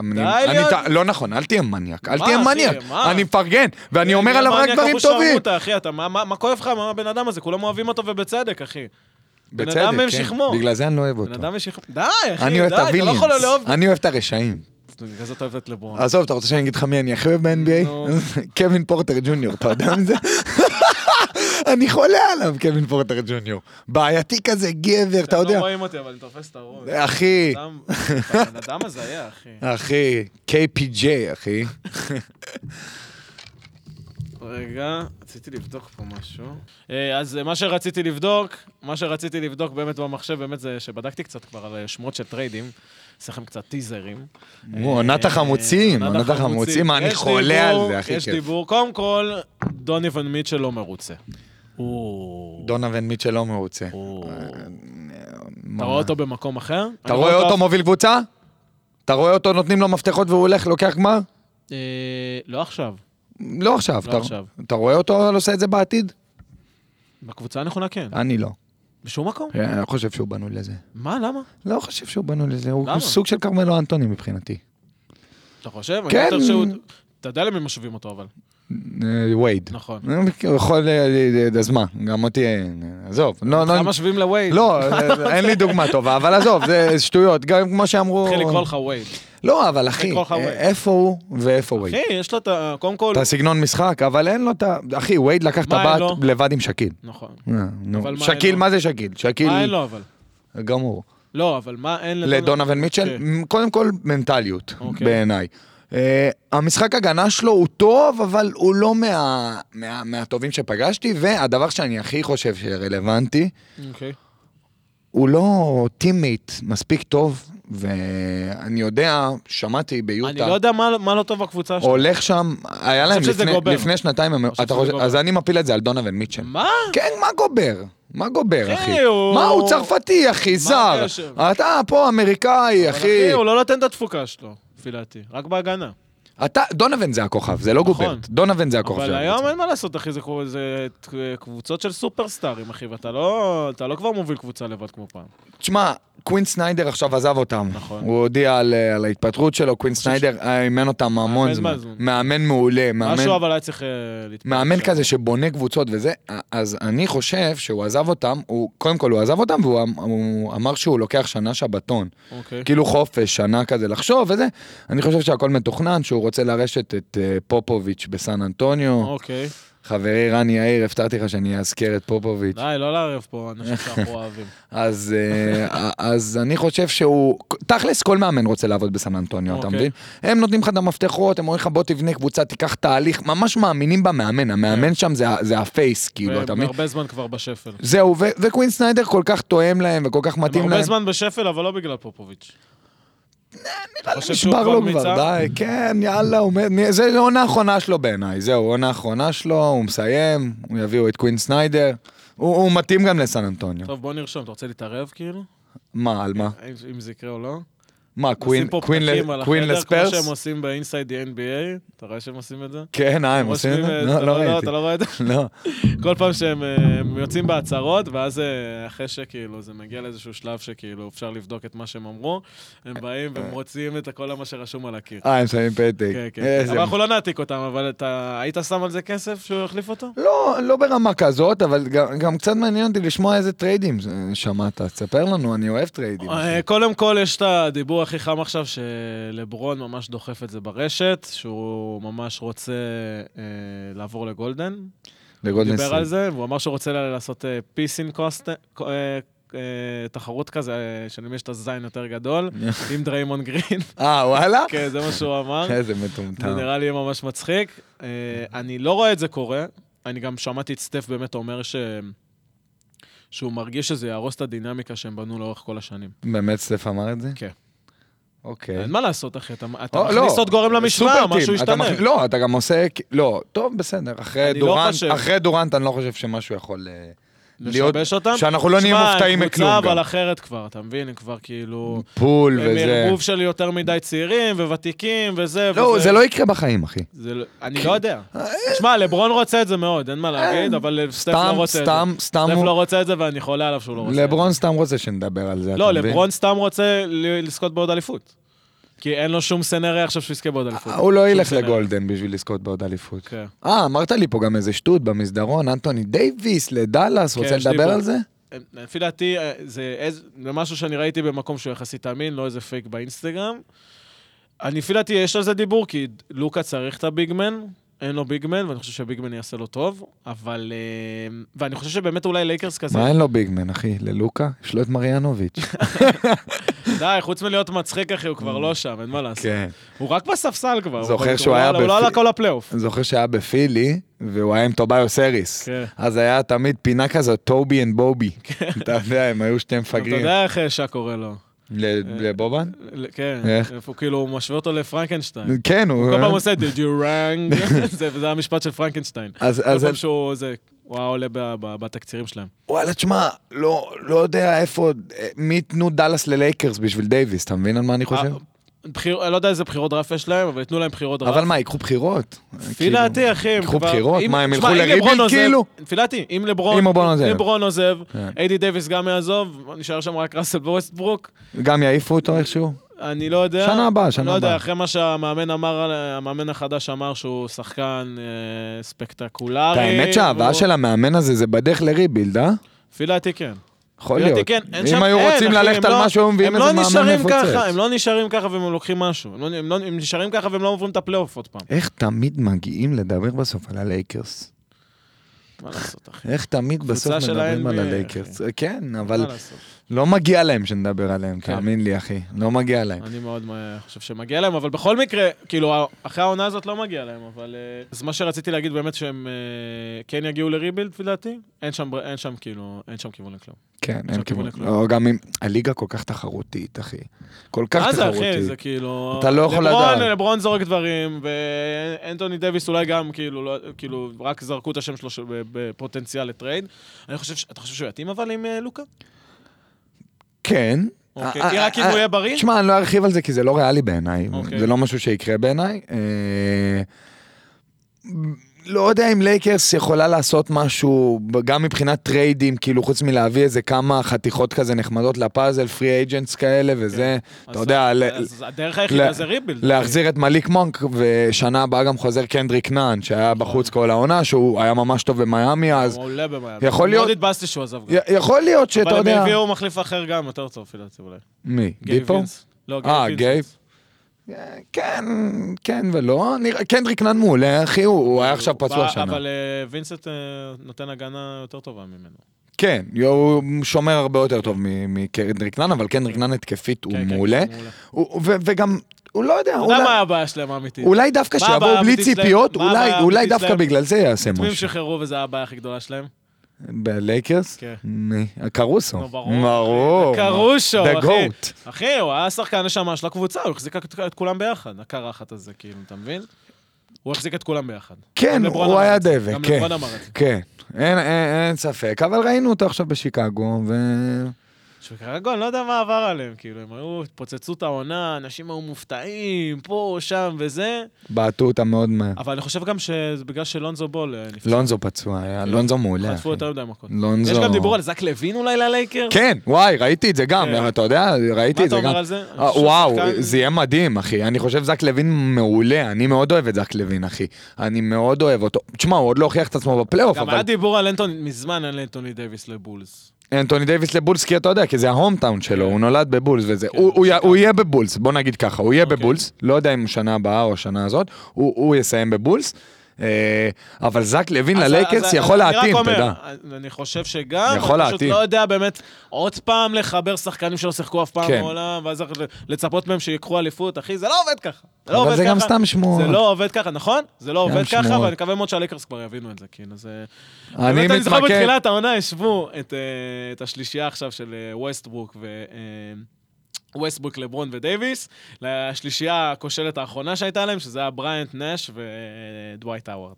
לא נכון, אל תהיה מניאק, אל תהיה מניאק. אני מפרגן, ואני אומר עליו רק דברים טובים. מה כואב לך, מה הבן אדם הזה? כולם אוהבים אותו ובצדק, אחי. בן בצדק, אדם הם כן. שכמו. בגלל זה אני לא אוהב אותו. בן אדם הם שכמו. די, אחי, אני אוהב את אתה לא יכול לאהוב. אני אוהב את הרשעים. בגלל זה אתה אוהב את לברון. עזוב, אתה רוצה שאני אגיד לך מי אני הכי אוהב ב-NBA? קווין פורטר ג'וניור, אתה יודע מזה? אני חולה עליו, קווין פורטר ג'וניור. בעייתי כזה, גבר, אתה יודע. לא רואים אותי, אבל אני תופס את הראש. אחי. בן אדם הזה היה, אחי. אחי, KPJ, אחי. רגע, רציתי לבדוק פה משהו. אז מה שרציתי לבדוק באמת במחשב, באמת זה שבדקתי קצת כבר על שמות של טריידים, עושה לכם קצת טיזרים. עונת החמוצים, אני חולה על זה, אחי. יש דיבור, קודם כל, דוניבן מיטשל לא מרוצה. דונוון מיטשל לא מרוצה. אתה רואה אותו במקום אחר? אתה רואה אותו מוביל קבוצה? אתה רואה אותו נותנים לו מפתחות והוא הולך, לוקח גמר? לא עכשיו. לא עכשיו. אתה רואה אותו עושה את זה בעתיד? בקבוצה הנכונה כן. אני לא. בשום מקום? אני לא חושב שהוא בנו לזה. מה? למה? לא חושב שהוא בנו לזה. הוא סוג של קרמלו אנטוני מבחינתי. אתה חושב? כן. אתה יודע למי משווים אותו אבל. ווייד. נכון. יכול, אז מה, גם אותי, עזוב. אתה משווים לווייד. לא, אין לי דוגמה טובה, אבל עזוב, זה שטויות, גם כמו שאמרו... התחיל לקרוא לך ווייד. לא, אבל אחי, איפה הוא ואיפה ווייד? אחי, יש לו את ה... קודם כל... את הסגנון משחק, אבל אין לו את ה... אחי, ווייד לקח את הבת לבד עם שקיל. נכון. שקיל, מה זה שקיל? מה אין לו אבל? גמור. לא, אבל מה אין לדונוון מיטשל? קודם כל, מנטליות, בעיניי. המשחק הגנה שלו הוא טוב, אבל הוא לא מהטובים שפגשתי, והדבר שאני הכי חושב שרלוונטי, הוא לא טימייט מספיק טוב, ואני יודע, שמעתי ביוטה... אני לא יודע מה לא טוב בקבוצה שלו. הולך שם, היה להם לפני שנתיים, אז אני מפיל את זה על דונוון מיטשל. מה? כן, מה גובר, אחי? מה הוא צרפתי, אחי, זר? אתה פה אמריקאי, אחי. הוא לא נותן את התפוקה שלו, פילאתי, רק בהגנה. דונובן זה הכוכב, זה לא גוברט. דונובן זה הכוכב. אבל היום אין מה לעשות, אחי, זה קבוצות של סופרסטארים, אחי, ואתה לא כבר מוביל קבוצה לבד כמו פעם. תשמע, קווין סניידר עכשיו עזב אותם. נכון. הוא הודיע על ההתפטרות שלו, קווין סניידר אימן אותם המון זמן. מאמן מעולה. משהו אבל היה צריך להתפטר. מאמן כזה שבונה קבוצות וזה, אז אני חושב שהוא עזב אותם, קודם כל הוא עזב אותם, והוא אמר שהוא לוקח שנה שבתון. כאילו חופש, שנה כזה לחשוב וזה. אני חושב שהכל מתוכנן, שהוא רוצה לרשת את פופוביץ' בסן אנטוניו. אוקיי. חברי רני יאיר, הפתרתי לך שאני אזכר את פופוביץ'. די, לא לערב פה, אנשים שאנחנו אוהבים. אז אני חושב שהוא, תכלס כל מאמן רוצה לעבוד בסן אנטוניו, אתה מבין? הם נותנים לך את המפתחות, הם אומרים לך בוא תבנה קבוצה, תיקח תהליך, ממש מאמינים במאמן, המאמן שם זה הפייס, כאילו, אתה מבין? והרבה זמן כבר בשפל. זהו, וקווין סניידר כל כך תואם להם וכל כך מתאים להם. הרבה זמן בשפל, אבל לא בגלל פופוביץ'. נראה לי נשבר לו כבר, די, כן, יאללה, זה עונה האחרונה שלו בעיניי, זהו, עונה האחרונה שלו, הוא מסיים, הוא יביאו את קווין סניידר, הוא מתאים גם לסן אנטוניו. טוב, בוא נרשום, אתה רוצה להתערב כאילו? מה, על מה? אם זה יקרה או לא? מה, קווין לספרס? כמו שהם עושים ב-Inside the NBA, אתה רואה שהם עושים את זה? כן, הם עושים את זה? לא ראיתי. אתה לא רואה את זה? לא. כל פעם שהם יוצאים בהצהרות, ואז אחרי שכאילו זה מגיע לאיזשהו שלב שכאילו אפשר לבדוק את מה שהם אמרו, הם באים ומוצאים את כל מה שרשום על הקיר. הם שמים פתק. כן, כן. אבל אנחנו לא נעתיק אותם, אבל אתה היית שם על זה כסף שהוא יחליף אותו? לא ברמה כזאת, אבל גם קצת מעניין אותי לשמוע איזה טריידים שמעת. תספר לנו, אני אוהב טריידים. קודם כל יש את הדיבור הכי חם עכשיו שלברון ממש דוחף את זה ברשת, שהוא ממש רוצה לעבור לגולדן. לגולדן דיבר על זה, והוא אמר שהוא רוצה לעשות פיסין קוסט, תחרות כזה, שלמי יש את הזין יותר גדול, עם דריימון גרין. וואלה? כן, זה מה שהוא אמר. איזה מטומטם. זה נראה לי ממש מצחיק. אני לא רואה את זה קורה, אני גם שמעתי את סטף באמת אומר שהוא מרגיש שזה יהרוס את הדינמיקה שהם בנו לאורך כל השנים. באמת סטף אמר את זה? כן. אוקיי. אין מה לעשות, אחי, אתה מכניס עוד גורם למשוואה, משהו ישתנה. לא, אתה גם עושה, לא, טוב, בסדר, אחרי דורנט אני לא חושב שמשהו יכול לשבש אותם. שאנחנו לא נהיה מופתעים מכלום. קבוצה אבל אחרת כבר, אתה מבין, הם כבר כאילו... פול וזה. הם ערבוב של יותר מדי צעירים וותיקים וזה. לא, זה לא יקרה בחיים, אחי. אני לא יודע. תשמע, לברון רוצה את זה מאוד, אין מה להגיד, אבל סטף לא רוצה את זה. סטף לא רוצה את זה ואני חולה עליו שהוא לא רוצה את זה. לברון סתם רוצה שנדבר על זה, לא, לברון סתם רוצה לזכות בעוד אליפות. כי אין לו שום סנריה עכשיו שהוא יזכה בעוד אליפות. הוא לא ילך לגולדן בשביל לזכות בעוד אליפות. אמרת לי פה גם איזה שטות במסדרון, אנטוני דייביס לדלס, רוצה לדבר על זה? לפי דעתי, זה משהו שאני ראיתי במקום שהוא יחסית תאמין, לא איזה פייק באינסטגרם. לפי דעתי יש על זה דיבור, כי לוקה צריך את הביגמן, אין לו ביגמן, ואני חושב שביגמן יעשה לו טוב, אבל... ואני חושב שבאמת אולי לייקרס כזה... מה אין לו ביגמן, אחי? ללוקה? יש לו את מריאנוביץ'. די, חוץ מלהיות מצחיק, אחי, הוא כבר לא שם, אין מה לעשות. כן. הוא רק בספסל כבר. זוכר שהוא היה הוא לא עלה כל הפלייאוף. זוכר שהיה בפילי, והוא היה עם טוביו סריס. אז היה תמיד פינה כזאת, טובי אנד בובי. אתה יודע, הם היו שתי מפגרים. אתה יודע איך שעה קורא לו. לבובן? כן, הוא כאילו משווה אותו לפרנקנשטיין. כן, הוא כל פעם עושה, did you rang? זה המשפט של פרנקנשטיין. כל פעם שהוא עולה בתקצירים שלהם. וואלה, תשמע, לא יודע איפה, מי יתנו דלס ללייקרס בשביל דייביס, אתה מבין על מה אני חושב? אני לא יודע איזה בחירות דראפט יש להם, אבל יתנו להם בחירות דראפט. אבל מה, ייקחו בחירות? לפי דעתי, אחי. ייקחו בחירות? מה, הם ילכו לריבילד כאילו? לפי דעתי, אם לברון עוזב, איידי דייביס גם יעזוב, נשאר שם רק ראסל וווסטברוק. גם יעיפו אותו איכשהו? אני לא יודע. שנה הבאה. לא יודע, אחרי מה שהמאמן אמר, המאמן החדש אמר שהוא שחקן ספקטקולרי. האמת שההבאה של המאמן הזה זה בדרך לריבילד, אה? לפי דעתי כן. יכול להיות. אם היו רוצים ללכת על משהו, הם מביאים איזה מאמן מפוצץ. הם לא נשארים ככה והם לוקחים משהו. הם נשארים ככה והם לא עוברים את הפלייאוף עוד פעם. איך תמיד מגיעים לדבר בסוף על הלייקרס? מה לעשות, אחי? איך תמיד בסוף מדברים על הלייקרס? כן, אבל לא מגיע להם שנדבר עליהם, תאמין לי, אחי. לא מגיע להם. אני מאוד חושב שמגיע להם, אבל בכל מקרה, כאילו, אחרי העונה הזאת לא מגיע להם, אבל... אז מה שרציתי להגיד באמת שהם כן יגיעו לריבילד, לדעתי, אין שם כיוון לכלום. כן, אין כיוון לכלום. גם אם הליגה כל כך תחרותית, אחי. כל כך תחרותית. מה זה, אחי? זה כאילו... אתה לא יכול לדעת. לברון זורק דברים, ואנטוני דייביס אולי גם, כאילו, רק זרקו את השם שלו בפוטנציאל לטרייד. אתה חושב שהוא יתאים אבל עם לוקה? כן, אוקיי, רק אם הוא יהיה בריא? תשמע, אני לא ארחיב על זה, כי זה לא ריאלי בעיניי. אוקיי. זה לא משהו שיקרה בעיניי. לא יודע אם לייקרס יכולה לעשות משהו, גם מבחינת טריידים, כאילו חוץ מלהביא איזה כמה חתיכות כזה נחמדות לפאזל, פרי אייג'נטס כאלה, וזה, אתה יודע, אז הדרך היחידה זה ריבילד. להחזיר את מליק מונק, ושנה הבאה גם חוזר קנדריק נאן, שהיה בחוץ כל העונה, שהוא היה ממש טוב במיימי, אז הוא עולה במיימי. יכול להיות, מאוד התבאסתי שהוא עזב גם. יכול להיות שאתה יודע. אבל הם הביאו מחליף אחר גם, יותר טוב, פילאצי אולי. מי? דיפו? לא, גייב. כן ולא, קנדריק נאן מעולה, אחי, הוא היה עכשיו פצוע שנה. אבל וינסט נותן הגנה יותר טובה ממנו. כן, הוא שומר הרבה יותר טוב מקנדריק נאן, אבל קנדריק נאן התקפית הוא מעולה. וגם, הוא לא יודע, אתה יודע מה הבעיה שלהם האמיתית? אולי דווקא שיבואו בלי ציפיות, אולי דווקא בגלל זה יעשה משהו. תמיד שחררו וזה הבעיה הכי גדולה שלהם. בלייקרס? כן. קרוסו. ברור. קרושו, The goat. אחי, הוא היה שחקן נשמה של הקבוצה, הוא החזיק את כולם ביחד, הקרחת הזה, כאילו, אתה מבין? הוא החזיק את כולם ביחד. כן, הוא היה דבק, גם כן. לברון אמר את זה. כן, אין ספק, אבל ראינו אותו עכשיו בשיקגו, שיקגו, אני לא יודע מה עבר עליהם, כאילו, הם היו, פוצצו את העונה, אנשים היו מופתעים, פה, שם וזה. בעטו אותם מאוד מהר. אבל אני חושב גם שזה בגלל שלונזו בול נפצע. לונזו פצוע, לונזו מעולה. חטפו יותר מדי מכות. לונזו... יש גם דיבור על זק לוין אולי ללייקר? כן, וואי, ראיתי את זה גם, אתה יודע, ראיתי את זה גם. מה אתה אומר על זה? וואו, זה יהיה מדהים, אחי. אני חושב זק לוין מעולה, אני מאוד אוהב את זק לוין, אחי. אני מאוד אוהב אותו. תשמע, הוא עוד לא הוכיח את עצמו בפלייאוף, אבל... גם היה דיבור על מזמן על אנטוני דייביס לבולס. אנטוני דייביס לבולס, כי אתה יודע, כי זה ההום-טאון שלו, הוא נולד בבולס וזה. הוא יהיה בבולס, בוא נגיד ככה, הוא יהיה בבולס, לא יודע אם שנה הבאה או שנה הזאת, הוא יסיים בבולס, אבל זק לוין ללייקרס יכול להתאים, אתה יודע. אני חושב שגם, יכול אני פשוט להתאים. לא יודע באמת עוד פעם לחבר שחקנים שלא שיחקו אף פעם בעולם, ואז לצפות מהם שיקחו אליפות, אחי, זה לא עובד ככה. אבל זה גם סתם שמועות. זה לא עובד ככה, נכון? זה לא עובד ככה, ואני מקווה מאוד שהלייקרס כבר יבינו את זה, כאילו, זה... אני אני זוכר מתמקד... בתחילת העונה, ישבו את השלישייה עכשיו של ווסטברוק ווסטברוק, לברון ודייביס, לשלישייה הכושלת האחרונה שהייתה להם, שזה היה בריינט, נש ודווייט האוורד.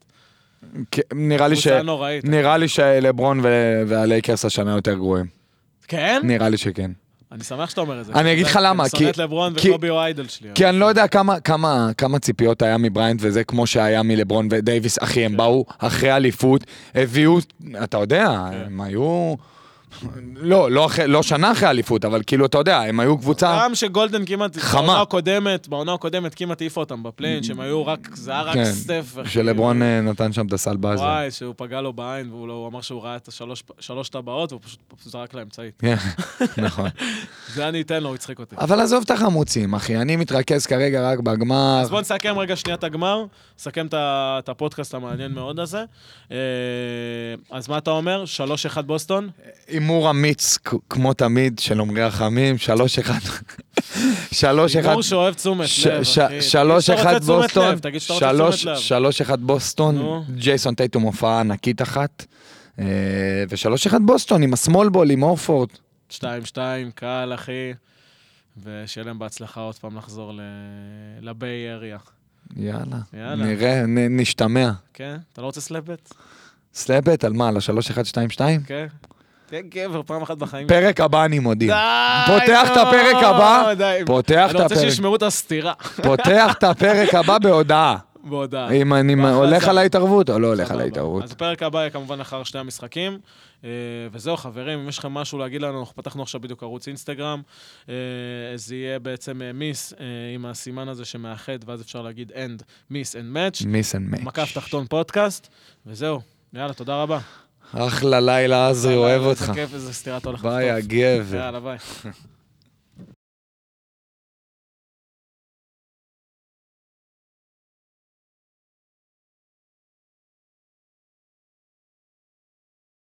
נראה לי שלברון והלייקרס השנה יותר גרועים. כן? נראה לי שכן. אני שמח שאתה אומר את זה. אני אגיד לך למה, אני שונאת לברון וקובי הוא האיידל שלי. כי אני לא יודע כמה ציפיות היה מבריינט וזה כמו שהיה מלברון ודייביס, אחי, הם באו אחרי אליפות, הביאו, אתה יודע, הם היו... לא שנה אחרי אליפות, אבל כאילו, אתה יודע, הם היו קבוצה... גם שגולדן כמעט, חמה. בעונה הקודמת כמעט העיפה אותם בפליין, שהם היו רק, זה היה רק סטף. שלברון נתן שם את הסל באזר. וואי, שהוא פגע לו בעין, והוא אמר שהוא ראה את שלוש טבעות, והוא פשוט זרק לאמצעית. נכון. זה אני אתן לו, הוא יצחק אותי. אבל עזוב את החמוצים, אחי, אני מתרכז כרגע רק בגמר. אז בוא נסכם רגע שנייה את הגמר, נסכם את הפודקאסט המעניין מאוד הזה. אז מה אתה אומר? 3-1 בוסטון? אימור אמיץ, כמו תמיד, של עומרי רחמים, 3-1. אימור שאוהב תשומת לב, אחי. 3-1 בוסטון, תגיד שאתה רוצה תשומת לב. 3-1 בוסטון, ג'ייסון טייטום הופעה ענקית אחת, ו3-1 בוסטון עם הסמול בול, עם אורפורד. 2-2, קל, אחי, ושיהיה להם בהצלחה עוד פעם לחזור לביי אריה. יאללה, נראה, נשתמע. כן? אתה לא רוצה סלאפבט? סלאפבט על מה? על ה-3-1-2-2? כן. תהיה גבר פעם אחת בחיים. פרק הבא אני מודיע. די, פותח את הפרק הבא. אני רוצה שישמעו את הסתירה. פותח את הפרק הבא בהודעה. בהודעה. אם אני הולך על ההתערבות או לא הולך על ההתערבות. אז הפרק הבא יהיה כמובן אחר שני המשחקים. וזהו חברים, אם יש לכם משהו להגיד לנו, אנחנו פתחנו עכשיו בדיוק ערוץ אינסטגרם. זה יהיה בעצם מיס עם הסימן הזה שמאחד, ואז אפשר להגיד end, מיס and match. מיס and match. מקף תחתון פודקאסט. וזהו. יאללה, תודה רבה. אחלה לילה, עזרי, אוהב אותך. איזה כיף, איזה סתירת הולך. ביי, הגבר. יאללה, ביי.